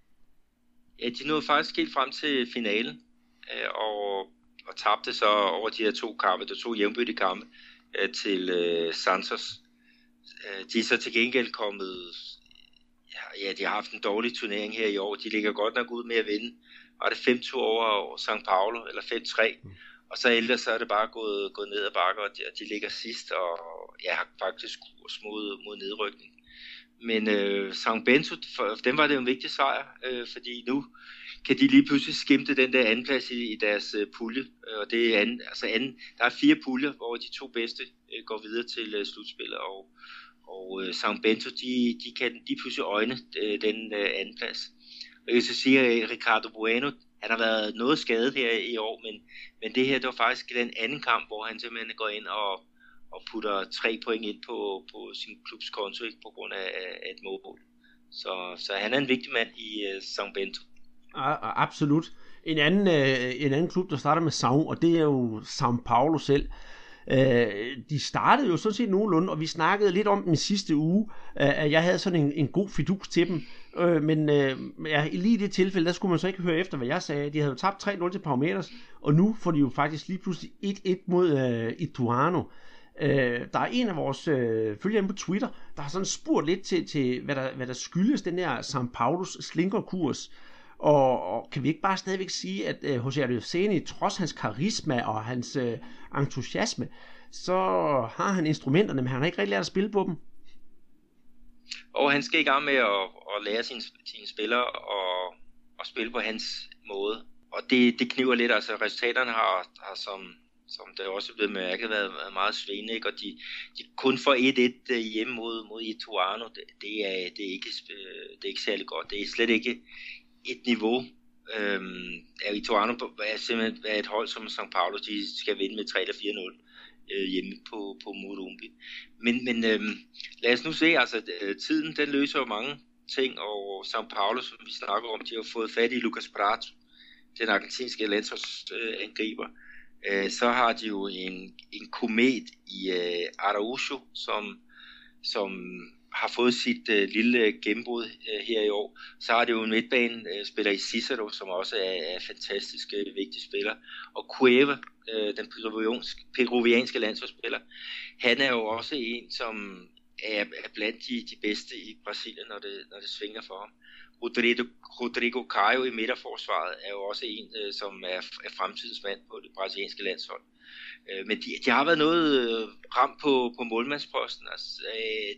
Ja, de nåede faktisk helt frem til finalen øh, og, og tabte så over de her to kampe, der to jævnbyrdige kampe øh, til øh, Santos. Øh, de er så til gengæld kommet. Ja, de har haft en dårlig turnering her i år. De ligger godt nok ud med at vinde. Og er det fem to over São Paulo, eller fem tre. Mm. Og så ellers så er det bare gået, gået ned ad bakker, og de, de ligger sidst, og ja, har faktisk kurs mod, mod nedrykning. Men øh, São Bento, for dem var det jo en vigtig sejr, øh, fordi nu kan de lige pludselig skimte den der andenplads i, i deres øh, pulje. Og det er anden, altså anden, der er fire puljer, hvor de to bedste øh, går videre til øh, slutspillet, og Og øh, São Bento, de, de kan de pludselig øjne øh, den øh, anden plads. Og jeg kan så sige, at Ricardo Bueno, han har været noget skadet her i år, men, men det her, det var faktisk den anden kamp, hvor han simpelthen går ind og, og putter tre point ind på, på sin klubs konto, ikke, på grund af, af et målmål. Så, så han er en vigtig mand i øh, São Bento. Ja, absolut. En anden, øh, en anden klub, der starter med São, og det er jo São Paulo selv. Øh, de startede jo sådan set nogenlunde, og vi snakkede lidt om den sidste uge, øh, at jeg havde sådan en, en god fidus til dem, øh, men øh, ja, lige i det tilfælde, der skulle man så ikke høre efter, hvad jeg sagde. De havde jo tabt tre nul til Palmeiras, og nu får de jo faktisk lige pludselig et et mod øh, Ituano. Øh, der er en af vores øh, følgere på Twitter, der har sådan spurgt lidt til, til hvad, der, hvad der skyldes den der São Paulos slinkerkurs. Og, og kan vi ikke bare stadigvæk sige, at øh, José Arseni, trods hans karisma og hans øh, entusiasme, så har han instrumenterne, men han har ikke rigtig lært at spille på dem. Og han skal i gang med at, at lære sine, sine spillere og at spille på hans måde. Og det, det kniver lidt, altså resultaterne har, har som, som det også er blevet mærket, været meget svingende, ikke? Og de, de kun får et et hjemme mod, mod Ituano, det, det, er, det, er ikke, det er ikke særlig godt. Det er slet ikke et niveau. Øhm, er Ituano er simpelthen er et hold som São Paulo, de skal vinde med tre eller fire nul øh, hjemme på, på Morumbi. Men, men øhm, lad os nu se, altså tiden den løser jo mange ting, og São Paulo, som vi snakker om, de har fået fat i Lucas Prato, den argentinske landsholdsangriber. Øh, så har de jo en, en komet i øh, Araujo, som, som har fået sit øh, lille gennembrud øh, her i år. Så har det jo en midtbanespiller i Cicero, som også er, er fantastisk øh, vigtig spiller. Og Cueva, øh, den peruvianske landsholdsspiller, han er jo også en, som er, er blandt de, de bedste i Brasilien, når det, når det svinger for ham. Rodrigo, Rodrigo Caio i midterforsvaret er jo også en, øh, som er, er fremtidens mand på det brasilianske landshold. Øh, men de, de har været noget øh, ramt på, på målmandsposten. Altså, øh,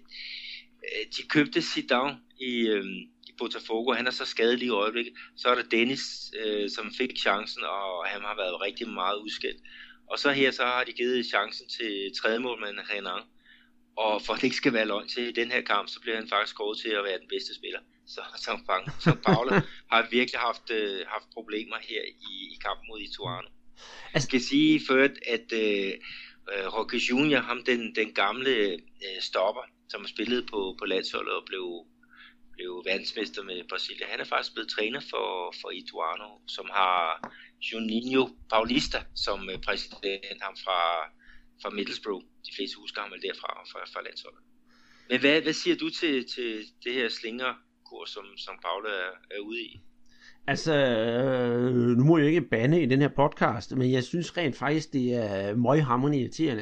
de købte Zidane i, øh, i Botafogo, han er så skadet lige i øjeblikket. Så er der Dennis, øh, som fik chancen, og han har været rigtig meget udskilt. Og så her, så har de givet chancen til tredjemålmanden Renan. Og for at det ikke skal være løgn til den her kamp, så bliver han faktisk gået til at være den bedste spiller. Så São Paulo har virkelig haft, øh, haft problemer her i, i kampen mod Ituano. Jeg skal sige før, at øh, Roque Junior, ham den, den gamle øh, stopper, som spillede på, på landsholdet og blev, blev verdensmester med Brasilien, han er faktisk blevet træner for, for Ituano, som har Juninho Paulista som øh, præsident, ham fra, fra Middlesbrough. De fleste husker ham vel derfra fra, fra landsholdet. Men hvad, hvad siger du til, til det her slingerkurs, som, som Paula er, er ude i? Altså, øh, nu må jeg ikke bande i den her podcast, men jeg synes rent faktisk, det er møghamrende irriterende.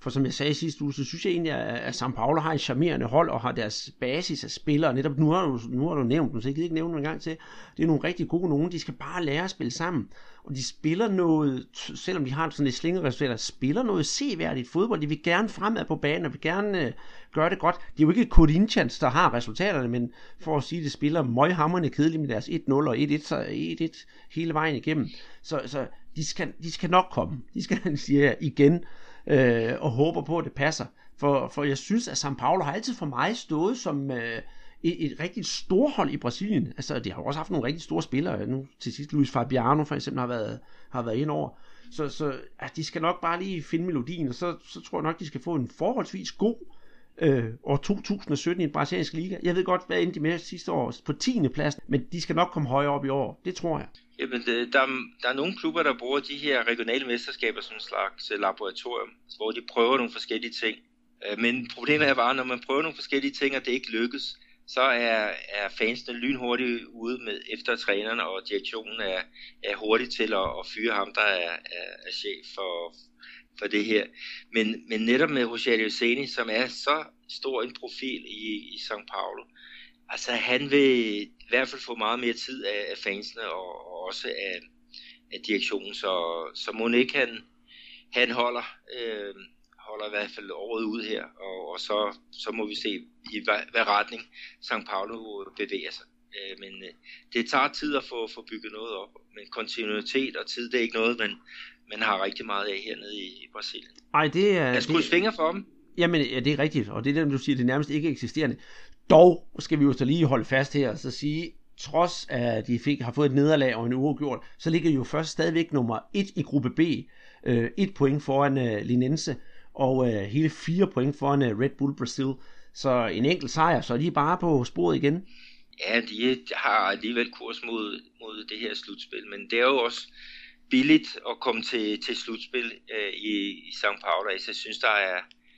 For som jeg sagde sidste uge, så synes jeg egentlig, at São Paulo har en charmerende hold, og har deres basis af spillere. Netop nu har du, nu har du nævnt dem, så jeg gider ikke nævne dem en gang til. Det er nogle rigtig gode nogen, de skal bare lære at spille sammen. Og de spiller noget, selvom de har sådan et slingeresultat, spiller noget seværdigt fodbold. De vil gerne fremad på banen, og vil gerne øh, gøre det godt. Det er jo ikke Corinthians, der har resultaterne, men for at sige, det spiller møghamrende kedeligt med deres et nul og et et, så et et hele vejen igennem. Så, så de, skal, de skal nok komme. De skal, siger jeg igen, øh, og håber på, at det passer. For, for jeg synes, at São Paulo har altid for mig stået som øh, et, et rigtig storhold i Brasilien. Altså, de har jo også haft nogle rigtig store spillere. Nu til sidst, Luis Fabiano for eksempel har været, har været ind over. Så, så at de skal nok bare lige finde melodien, og så, så tror jeg nok, de skal få en forholdsvis god øh, år to tusind og sytten i den brasilianske liga. Jeg ved godt, hvad endte de med sidste år på tiende plads, men de skal nok komme højere op i år. Det tror jeg. Jamen, det, der, der er nogle klubber, der bruger de her regionale mesterskaber som en slags laboratorium, hvor de prøver nogle forskellige ting. Men problemet er bare, når man prøver nogle forskellige ting, og det ikke lykkes, så er, er fansene lynhurtigt ude med efter træneren, og direktionen er, er hurtigt til at, at fyre ham, der er, er, er chef for, for det her. Men, men netop med Rogério Ceni, som er så stor en profil i, i São Paulo, altså han vil i hvert fald få meget mere tid af, af fansene, og, og også af, af direktionen, så, så må ikke han, han holder... Øh, holder i hvert fald året ud her, og, og så, så må vi se, i hvad, hvad retning São Paulo bevæger sig. Øh, men øh, det tager tid at få, få bygget noget op, men kontinuitet og tid, det er ikke noget, man, man har rigtig meget af hernede i, i Brasilien. Ej, det er... Jeg skrues fingre for dem. Jamen, ja, det er rigtigt, og det er det, du siger, det er nærmest ikke eksisterende. Dog skal vi jo så lige holde fast her, og så sige, trods at de fik, har fået et nederlag og en uafgjort, så ligger de jo først stadigvæk nummer et i gruppe B, øh, et point foran øh, Linense, og øh, hele fire point foran øh, Red Bull Brasil. Så en enkelt sejr, så er de bare på sporet igen. Ja, de har alligevel kurs mod, mod det her slutspil, men det er jo også billigt at komme til, til slutspil øh, i, i São Paulo. Altså, jeg synes, der er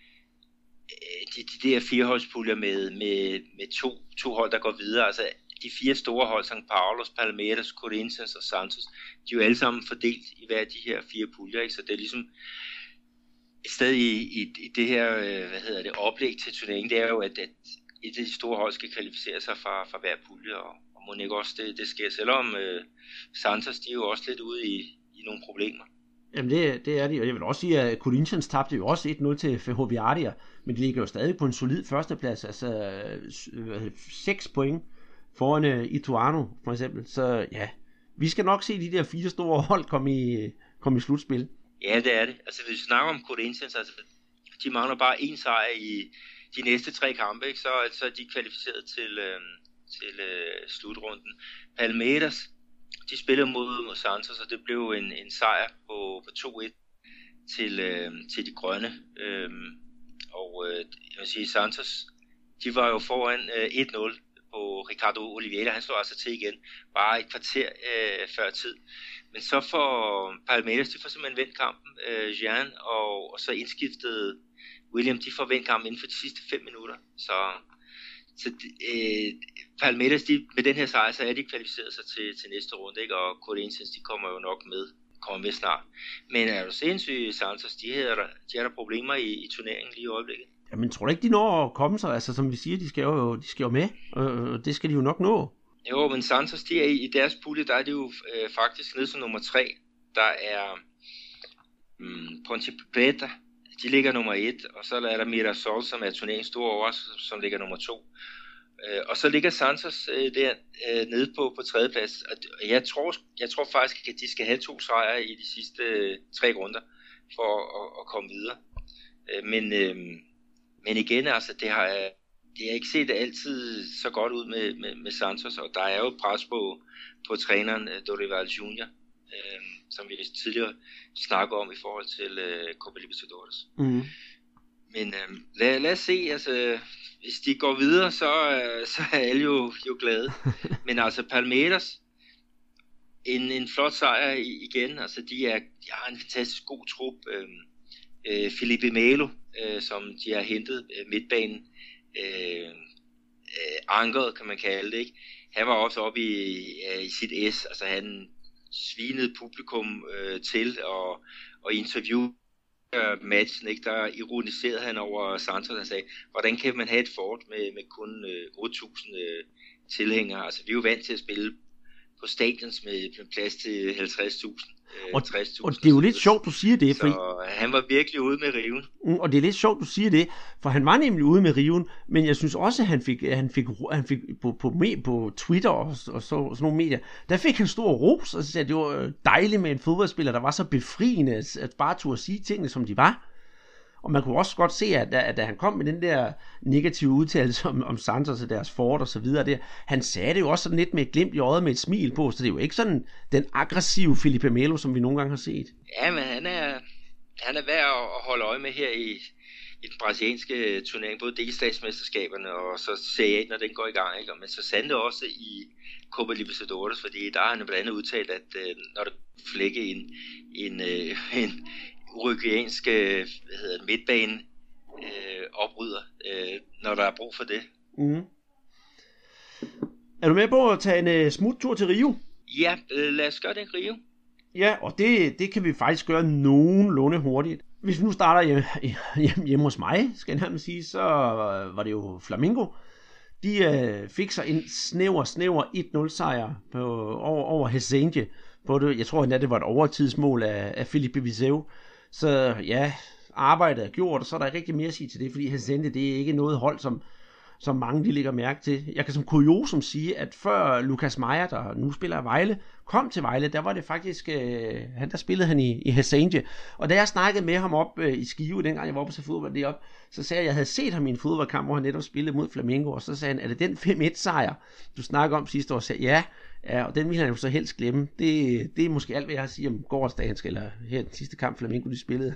øh, de, de der fireholdspuljer med, med, med to, to hold, der går videre. Altså, de fire store hold, São Paulo, Palmeiras, Corinthians og Santos, de er jo alle sammen fordelt i hver af de her fire puljer, ikke? Så det er ligesom et sted i, i, i det her, hvad hedder det, oplæg til turneringen, det er jo, at, at et af de store hold skal kvalificere sig fra, fra hver pulje, og, og må ikke også det, det sker, selvom uh, Santos, de er jo også lidt ude i, i nogle problemer. Jamen det, det er de, og jeg vil også sige, at Corinthians tabte jo også et nul til Ferroviária, men de ligger jo stadig på en solid førsteplads, altså seks point foran uh, Ituano for eksempel, så ja, vi skal nok se de der fire store hold komme i, komme i slutspil. Ja, det er det. Altså, hvis vi snakker om Corinthians, altså, de mangler bare én sejr i de næste tre kampe, ikke? Så, så er de kvalificeret til, øh, til øh, slutrunden. Palmeiras, de spillede mod, mod Santos, og det blev en, en sejr på, på to et til, øh, til de grønne. Øh, og øh, jeg vil sige, Santos, de var jo foran øh, et nul på Ricardo Oliveira. Han slår altså til igen, bare et kvarter øh, før tid. Men så får Palmeiras, de får simpelthen vendt kampen, øh, Jean, og, og så indskiftede William, de får vendt kampen inden for de sidste fem minutter. Så, så øh, Palmeiras, de, med den her sejr, så er de kvalificeret sig til, til næste runde, ikke? Og Corinthians, de kommer jo nok med, kommer med snart. Men er du sindssygt, Santos, de har der, de har der problemer i, i turneringen lige i øjeblikket. Jamen, tror du ikke, de når at komme sig? Altså, som vi siger, de skal jo, de skal jo med, og det skal de jo nok nå. Jo, men Santos, de er i, i deres pulje, der er de jo øh, faktisk nede som nummer tre. Der er mm, Ponte Preta, de ligger nummer et, og så er der Mirassol, som er turneringens store overraskelse, som ligger nummer to. Øh, og så ligger Santos øh, der øh, nede på, på tredjeplads. Og jeg tror, jeg tror faktisk, at de skal have to sejre i de sidste øh, tre runder for at, at komme videre. Øh, men, øh, men igen, altså, det har det har ikke set altid så godt ud med, med, med Santos, og der er jo pres på, på træneren Dorival junior, øh, som vi tidligere snakkede om i forhold til øh, Copa Libertadores. Mm. Men øh, lad, lad os se, altså, hvis de går videre, så, øh, så er alle jo, jo glade. Men altså Palmeiras, en, en flot sejr igen, altså de, er, de har en fantastisk god trup. Øh, øh, Felipe Melo, øh, som de har hentet øh, midtbanen, Øh, øh, ankeret, kan man kalde det, ikke? Han var også oppe i, øh, i sit S, altså han svinede publikum øh, til og, og interview matchen, ikke, der ironiserede han over Santos. Han sagde, hvordan kan man have et fort med, med kun øh, otte tusind øh, tilhængere? Altså, vi er jo vant til at spille på stadions med, med plads til halvtreds tusind. Og, og det er jo lidt sjovt, du siger det. Så han var virkelig ude med riven. Og det er lidt sjovt, du siger det, for han var nemlig ude med riven, men jeg synes også, at han fik, han fik, han fik på, på, på Twitter og, og så, sådan nogle medier, der fik han stor ros, og sagde, at det var dejligt med en fodboldspiller, der var så befriende, at, at bare turde sige tingene, som de var. Og man kunne også godt se, at da, at da han kom med den der negative udtalelse om, om Santos og deres fort og så videre, der, han sagde det jo også sådan lidt med et glimt i øjet med et smil på, så det er jo ikke sådan den aggressive Felipe Melo, som vi nogle gange har set. Ja, men han er, han er værd at holde øje med her i, i den brasilianske turnering, både delstatsmesterskaberne og så Serie A, når den går i gang, ikke? Men så sandte også i Copa Libertadores, fordi der har han blandt andet udtalt, at når der flække en, en, en uruguayansk hvad hedder det, midtbane øh, opryder, øh, når der er brug for det. Mm. Er du med på at tage en uh, smuttur til Rio? Ja, øh, lad os gøre det i Rio. Ja, og det, det kan vi faktisk gøre nogenlunde hurtigt. Hvis vi nu starter hjemme, hjemme, hjemme hos mig, skal jeg nærmest sige, så var det jo Flamengo. De øh, fik sig en snæver, snæver et nul sejr på, over, over Resende. På det, jeg tror endda, det var et overtidsmål af, af Felipe Viseu. Så ja, arbejdet er gjort, og så er der ikke rigtig mere at sige til det, fordi Resende, det er ikke noget hold, som, som mange de lægger mærke til. Jeg kan som kuriosum sige, at før Lucas Meyer, der nu spiller Vejle, kom til Vejle, der var det faktisk, øh, han der spillede han i, i Resende. Og da jeg snakkede med ham op øh, i Skive, dengang jeg var oppe til fodbold deroppe, så sagde jeg, at jeg havde set ham i en fodboldkamp, hvor han netop spillede mod Flamengo, og så sagde han, er det den fem et sejr, du snakker om sidste år? Så sagde ja, ja, og den ville han jo så helst glemme. Det, det er måske alt, hvad jeg har at sige om gårdsdagens, eller her den sidste kamp, Flamengo de spillede.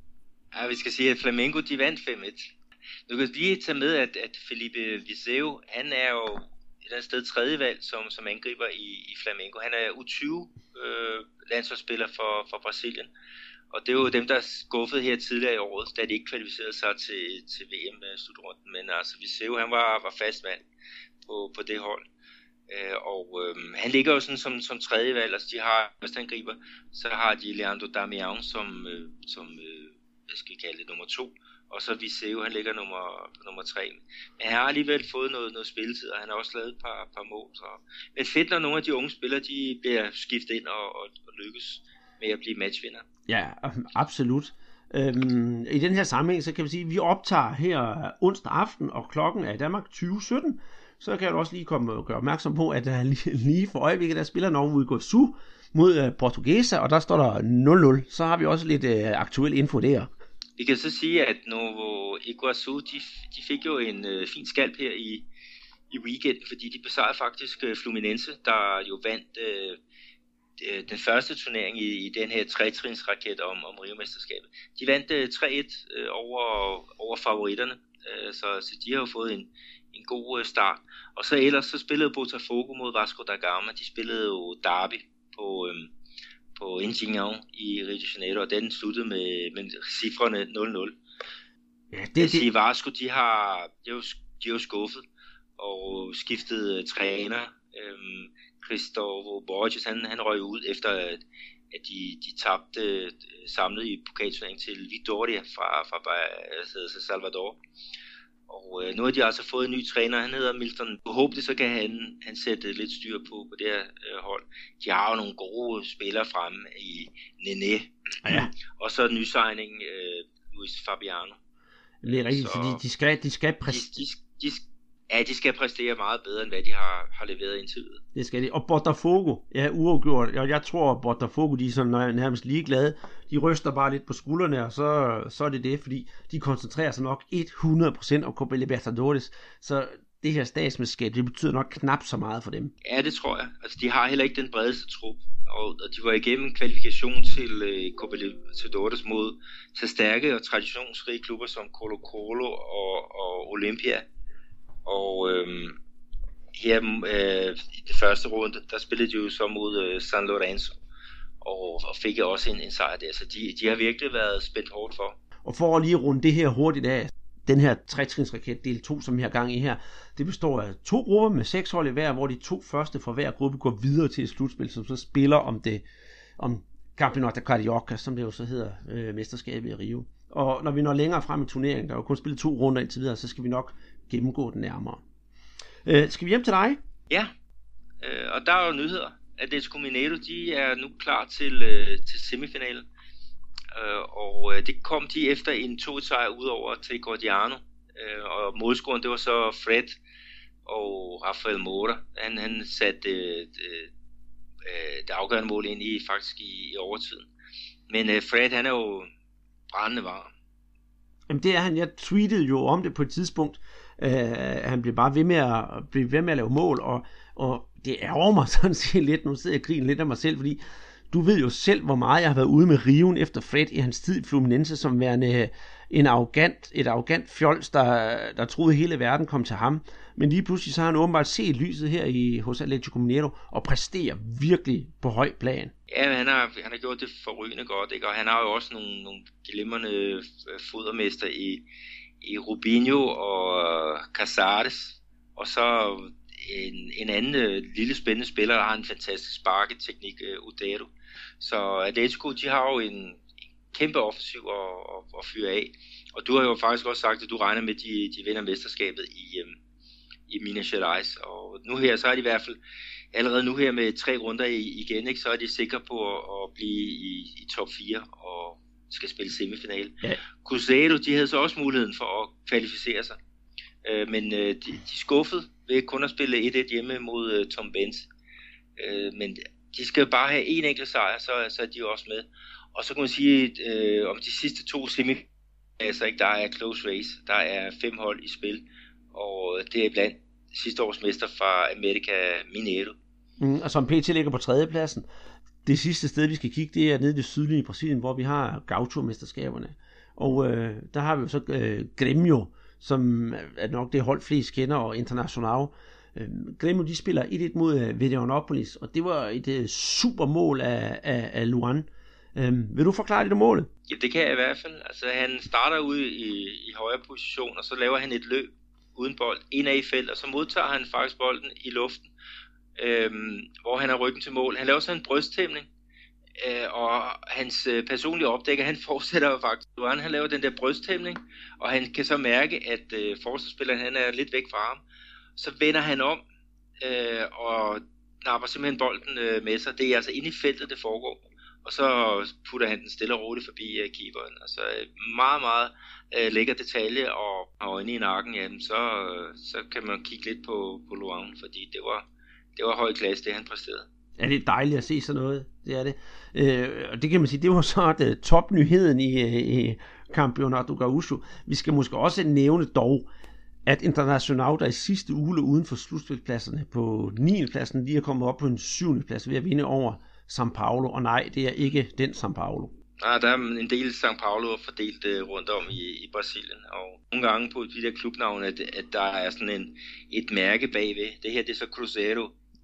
Ja, vi skal sige, at Flamengo de vandt fem et. Du kan lige tage med, at, at Felipe Viseu, han er jo et eller andet sted tredje valg som, som angriber i, i Flamengo. Han er U tyve øh, landsholdsspiller for, for Brasilien. Og det er jo dem, der skuffede her tidligere i året, da de ikke kvalificerede sig til, til V M-slutrunden. Men altså, Viseu, han var, var fast mand på, på det hold. Øh, og øh, han ligger jo sådan som, som tredje valg. Altså, de har, hvis han griber, så har de Leandro Damião som, øh, som øh, hvad skal vi kalde det, nummer to. Og så Viseu, han ligger nummer, nummer tre. Men han har alligevel fået noget, noget spilletid, og han har også lavet et par, par mål. Så. Men fedt, når nogle af de unge spillere, de bliver skiftet ind og, og, og lykkes med at blive matchvinder. Ja, absolut. Øhm, I den her sammenhæng, så kan vi sige, at vi optager her onsdag aften, og klokken er i Danmark tyve sytten. Så kan jeg også lige komme og gøre opmærksom på, at der lige, lige for øjeblikket, der spiller Novo Iguaçu mod uh, Portuguesa, og der står der nul nul. Så har vi også lidt uh, aktuel info der. Vi kan så sige, at Novo Iguaçu, de, de fik jo en øh, fin skalp her i, i weekenden, fordi de besejrede faktisk øh, Fluminense, der jo vandt øh, den første turnering i, i den her tre-trinsraket om, om Rio-mesterskabet. De vandt øh, tre et øh, over, over favoritterne, øh, så, så de har jo fået en, en god øh, start. Og så ellers så spillede Botafogo mod Vasco da Gama, de spillede jo derby på... Øh, på Engenhão i Rio de Janeiro, og den sluttede med, med cifrene nul nul. Ja, det, det... Sige, Vasco, de har, de er jo, de er jo skuffet og skiftet træner. Øhm, Cristóvão Borges, han, han røg ud efter, at, at de, de tabte samlet i pokalturneringen til Vitória fra, fra altså Salvador. Og øh, nu har de altså fået en ny træner, han hedder Milton. Forhåbentlig så kan han, han sætte lidt styr på, på det her øh, hold. De har jo nogle gode spillere fremme i Nené. Ja. Og så en nysigning, øh, Luis Fabiano. Det er rigtigt, så, fordi de skal, de skal præstere. De, de, de, ja, de skal præstere meget bedre, end hvad de har, har leveret indtil videre. Det skal de. Og Botafogo, ja, uafgjort. Jeg, jeg tror, at Botafogo, de er sådan nærmest ligeglade. De ryster bare lidt på skuldrene, og så, så er det det, fordi de koncentrerer sig nok hundrede procent om Copa Libertadores. Så det her statsmesterskab, det betyder nok knap så meget for dem. Ja, det tror jeg. Altså, de har heller ikke den bredeste trup. Og, og de var igennem en kvalifikation til uh, Copa Libertadores mod så stærke og traditionsrige klubber som Colo-Colo og, og Olympia. Og øhm, her øh, i det første runde, der spillede de jo så mod øh, San Lorenzo, og, og fik også en, en sejr der, så de, de har virkelig været spændt hårdt for. Og for at lige runde det her hurtigt af, den her tre-trinsraket del to, som vi har gang i her, det består af to grupper med seks hold i hver, hvor de to første fra hver gruppe går videre til et slutspil, som så spiller om det, om Campeonato Carioca, som det jo så hedder, øh, mesterskabet i Rio. Og når vi når længere frem i turneringen, der er jo kun spillet to runder indtil videre, så skal vi nok gennemgå den nærmere. Øh, skal vi hjem til dig? Ja, øh, og der er jo nyheder. Atletico Mineiro, de er nu klar til, øh, til semifinalen. Øh, og øh, det kom de efter en to-sejr ud over til Gordiano. Øh, og målscoren, det var så Fred og Rafael Mora. Han, han satte øh, øh, det afgørende mål ind i faktisk i, i overtiden. Men øh, Fred, han er jo brændende varm. Jamen det er han. Jeg tweetede jo om det på et tidspunkt. Uh, han blev bare ved med at, blev ved med at lave mål, og, og det ærger mig sådan set lidt. Nu sidder jeg og griner lidt af mig selv, fordi du ved jo selv, hvor meget jeg har været ude med riven efter Fred i hans tid i Fluminense, som værende en arrogant, et arrogant fjols, der, der troede hele verden kom til ham. Men lige pludselig så har han åbenbart set lyset her i, hos Atletico Mineiro og præsterer virkelig på høj plan. Ja, han har, han har gjort det forrygende godt, ikke? Og han har jo også nogle, nogle glimrende fodermester i, i Rubinho og Casares. Og så en, en anden lille spændende spiller, der har en fantastisk sparketeknik, Udero. Så Atletico, de har jo en kæmpe offensiv at, at, at fyre af. Og du har jo faktisk også sagt, at du regner med, at de, de vinder mesterskabet i, um, i Minas Gerais. Og nu her, så er de i hvert fald allerede nu her med tre runder igen, ikke, så er de sikre på at, at blive i, i top fire og skal spille semifinale. Ja. Cruzeiro, de havde så også muligheden for at kvalificere sig. Uh, men uh, de, de skuffede ved kun at spille et et hjemme mod uh, Tom Benz. Uh, men de skal bare have en enkelt sejr, så, så er de jo også med. Og så kan man sige, øh, om de sidste to semipladser, ikke, der er close race. Der er fem hold i spil, og det er blandt sidste års mester fra América Mineiro. Mm, og som P T ligger på tredjepladsen. Det sidste sted, vi skal kigge, det er nede i det sydlige Brasilien, hvor vi har Gaucho-mesterskaberne. Og øh, der har vi jo så øh, Grêmio, som er nok det hold flest kender, og Internacional. Øh, Grêmio, de spiller et et mod øh, Veranópolis, og det var et øh, supermål af, af, af Luan. Øhm, vil du forklare lidt om målet? Ja, det kan jeg i hvert fald. Altså, han starter ud i, i højre position, og så laver han et løb uden bold indad i felt, og så modtager han faktisk bolden i luften, øhm, hvor han har ryggen til mål. Han laver så en brysttæmning, øh, og hans øh, personlige opdækker, han fortsætter jo faktisk. Han, han laver den der brysttæmning, og han kan så mærke, at øh, forsvarsspilleren han er lidt væk fra ham. Så vender han om, øh, og napper simpelthen bolden øh, med sig. Det er altså inde i feltet, det foregår. Og så putter han den stille og roligt forbi uh, keeperen. Altså meget, meget uh, lækker detalje, og, og inde i nakken, jamen, så, uh, så kan man kigge lidt på, på Luan, fordi det var, det var høj klasse, det han præsterede. Ja, det er dejligt at se sådan noget, det er det. Øh, og det kan man sige, det var så det, topnyheden i, i Campeonato Gaúcho. Vi skal måske også nævne dog, at Internacional, der i sidste uge lå uden for slutspilspladserne på niende pladsen, lige er kommet op på en syvende plads ved at vinde over São Paulo, og nej, det er ikke den São Paulo. Nej, der er en del São Paulo fordelt uh, rundt om i, i Brasilien, og nogle gange på de der klubnavne, at, at der er sådan en, et mærke bagved. Det her, det er så Cruzeiro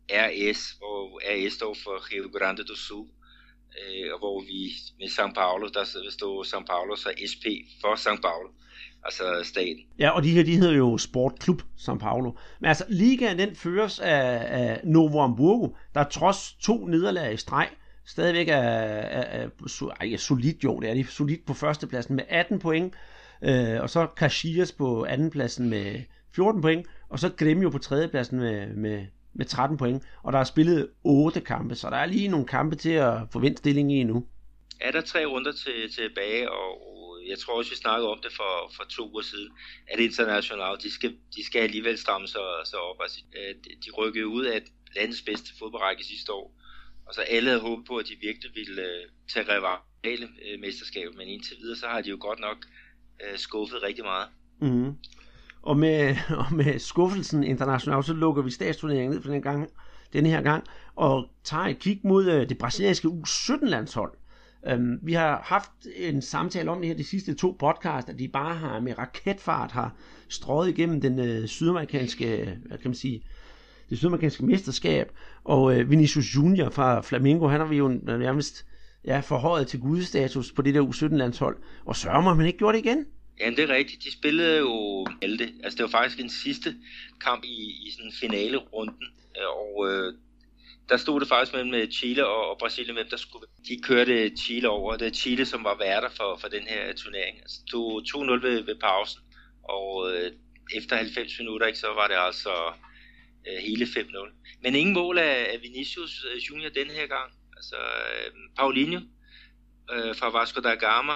R S, hvor R S står for Rio Grande do Sul, uh, og hvor vi med São Paulo, der står São Paulo, så S P for São Paulo. Altså staten. Ja, og de her, de hedder jo Sportklub São Paulo. Men altså, ligaen, den føres af, af Novo Hamburgo, der trods to nederlag i streg, stadigvæk er, er, er, er solidt, jo, det er de solidt på førstepladsen med atten point, øh, og så Caxias på andenpladsen med fjorten point, og så Grêmio på tredjepladsen med, med, med tretten point, og der er spillet otte kampe, så der er lige nogle kampe til at forvente stilling i nu. Er der tre runder til, tilbage, og jeg tror også, vi snakkede om det for, for to uger siden, at Internacional, de skal, de skal alligevel stramme sig, sig op. Altså, de rykkede ud af landets bedste fodboldrække sidste år, og så alle havde håbet på, at de virkelig ville uh, tage rivale uh, mesterskaber, men indtil videre, så har de jo godt nok uh, skuffet rigtig meget. Mm-hmm. Og, med, og med skuffelsen Internacional, så lukker vi statsturneringen ned for den, gang, den her gang, og tager et kig mod uh, det brasilianske U sytten-landshold. Um, vi har haft en samtale om det her de sidste to podcasts, at de bare har med raketfart har strøget igennem den uh, sydamerikanske, hvad kan man sige, det sydamerikanske mesterskab, og uh, Vinicius Junior fra Flamengo, han har vi jo nærmest ja, forhøjet til gudestatus på det der U sytten-landshold, og sørger mig, at man ikke gjorde det igen. Ja, det er rigtigt. De spillede jo alt det. Altså det var faktisk en sidste kamp i, i sådan finalerunden, og øh, der stod det faktisk mellem Chile og, og Brasilien, hvem der skulle. De kørte Chile over, det er Chile, som var værter for, for den her turnering. Altså, det stod to nul ved, ved pausen, og øh, efter halvfems minutter, ikke, så var det altså øh, hele fem nul. Men ingen mål af, af Vinicius Junior denne her gang. Altså, øh, Paulinho øh, fra Vasco da Gama,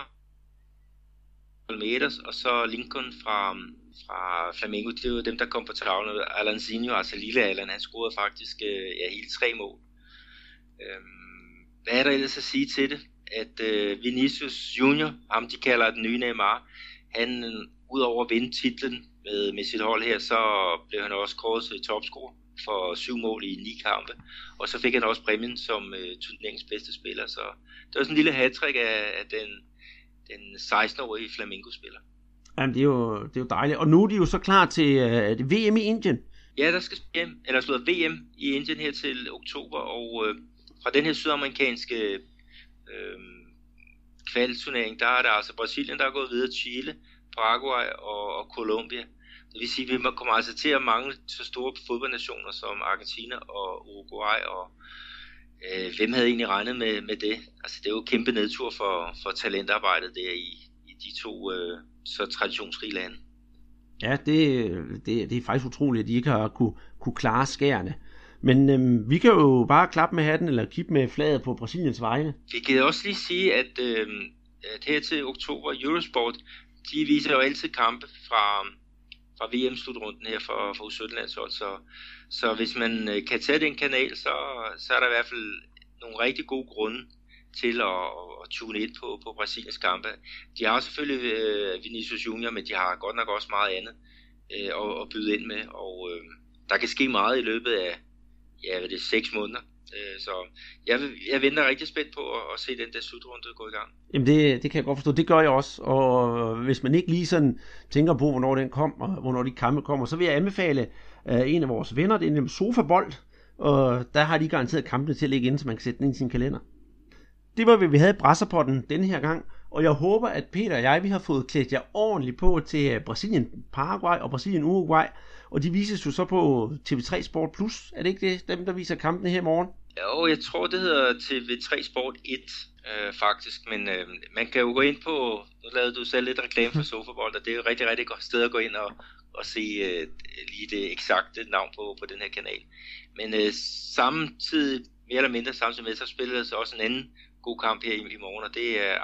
Palmeiras, og så Lincoln fra, fra Flamengo. Det var dem, der kom på tavlen. Alanzinho, altså lille Alan, han scorede faktisk øh, ja, hele tre mål. Øh, hvad er der ellers at sige til det? At øh, Vinicius Junior, ham de kalder den nye Neymar, han udover at vinde titlen med, med sit hold her, så blev han også kåret til topscorer for syv mål i ni kampe. Og så fik han også præmien som øh, turneringens bedste spiller. Så det var sådan en lille hattrick af, af den, den seksten-årige Flamengo-spiller. Jamen, det er, jo, det er jo dejligt. Og nu er de jo så klar til øh, V M i Indien. Ja, der skal hjem, eller slået V M i Indien her til oktober. Og øh, fra den her sydamerikanske øh, kvalturnering, der er der altså Brasilien, der er gået videre, Chile, Paraguay og, og Colombia. Det vil sige, at vi kommer altså til at mangle så store fodboldnationer som Argentina og Uruguay, og øh, hvem havde egentlig regnet med, med det? Altså, det er jo kæmpe nedtur for, for talentarbejdet der i, i de to øh, så traditionsrige lande. Ja, det, det, det er faktisk utroligt, at de ikke har kunne, kunne klare skærene. Men øhm, vi kan jo bare klappe med hatten eller kippe med flaget på Brasiliens vegne. Vi kan også lige sige, at, øh, at her til oktober, Eurosport, de viser jo altid kampe fra, fra V M-slutrunden her for, for U sytten-landshold. Så, så hvis man kan tage den kanal, så, så er der i hvert fald nogle rigtig gode grunde til at, at tune ind på, på Brasiliens kampe. De har selvfølgelig øh, Vinicius Junior, men de har godt nok også meget andet øh, at, at byde ind med. Og øh, der kan ske meget i løbet af ja, hvad det er, seks måneder. Så jeg, jeg venter rigtig spændt på at, at se den der slutrunde gå i gang. Jamen det, det kan jeg godt forstå, det gør jeg også. Og hvis man ikke lige sådan tænker på, hvornår den kom, og hvornår de kampe kommer, så vil jeg anbefale uh, en af vores venner, det er nemlig Sofabold, og der har de garanteret kampene til at ligge inde, så man kan sætte den ind i sin kalender. Det var, hvad vi havde i Brasserpotten denne her gang, og jeg håber, at Peter og jeg, vi har fået klædt jer ordentligt på til Brasilien, Paraguay og Brasilien, Uruguay, og de vises jo så på T V tre Sport Plus. Er det ikke det, dem der viser kampene her i morgen? Jo, jeg tror det hedder T V tre Sport et øh, faktisk, men øh, man kan jo gå ind på, nu lavede du selv lidt reklame for Sofabold, og det er jo rigtig, rigtig godt sted at gå ind og, og se øh, lige det eksakte navn på, på den her kanal. Men øh, samtidig, mere eller mindre samtidig med, så spiller der så også en anden god kamp her i, i morgen, og det er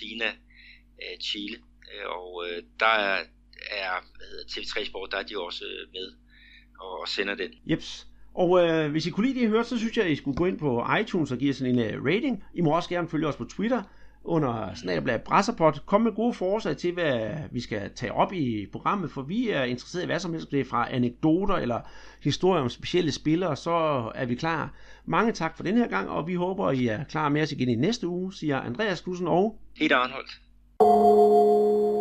Argentina-Chile, øh, og øh, der er er T V tre Sport, der er de også med og, og sender den. Jeps. Og øh, hvis I kunne lide det, I hørte, så synes jeg, at I skulle gå ind på iTunes og give os en uh, rating. I må også gerne følge os på Twitter under snabel-a Brasserpot. Kom med gode forslag til, hvad vi skal tage op i programmet, for vi er interesseret i hvad som helst. Det er fra anekdoter eller historier om specielle spillere, så er vi klar. Mange tak for den her gang, og vi håber, I er klar med os igen i næste uge, siger Andreas Knudsen og Peter Arnholdt.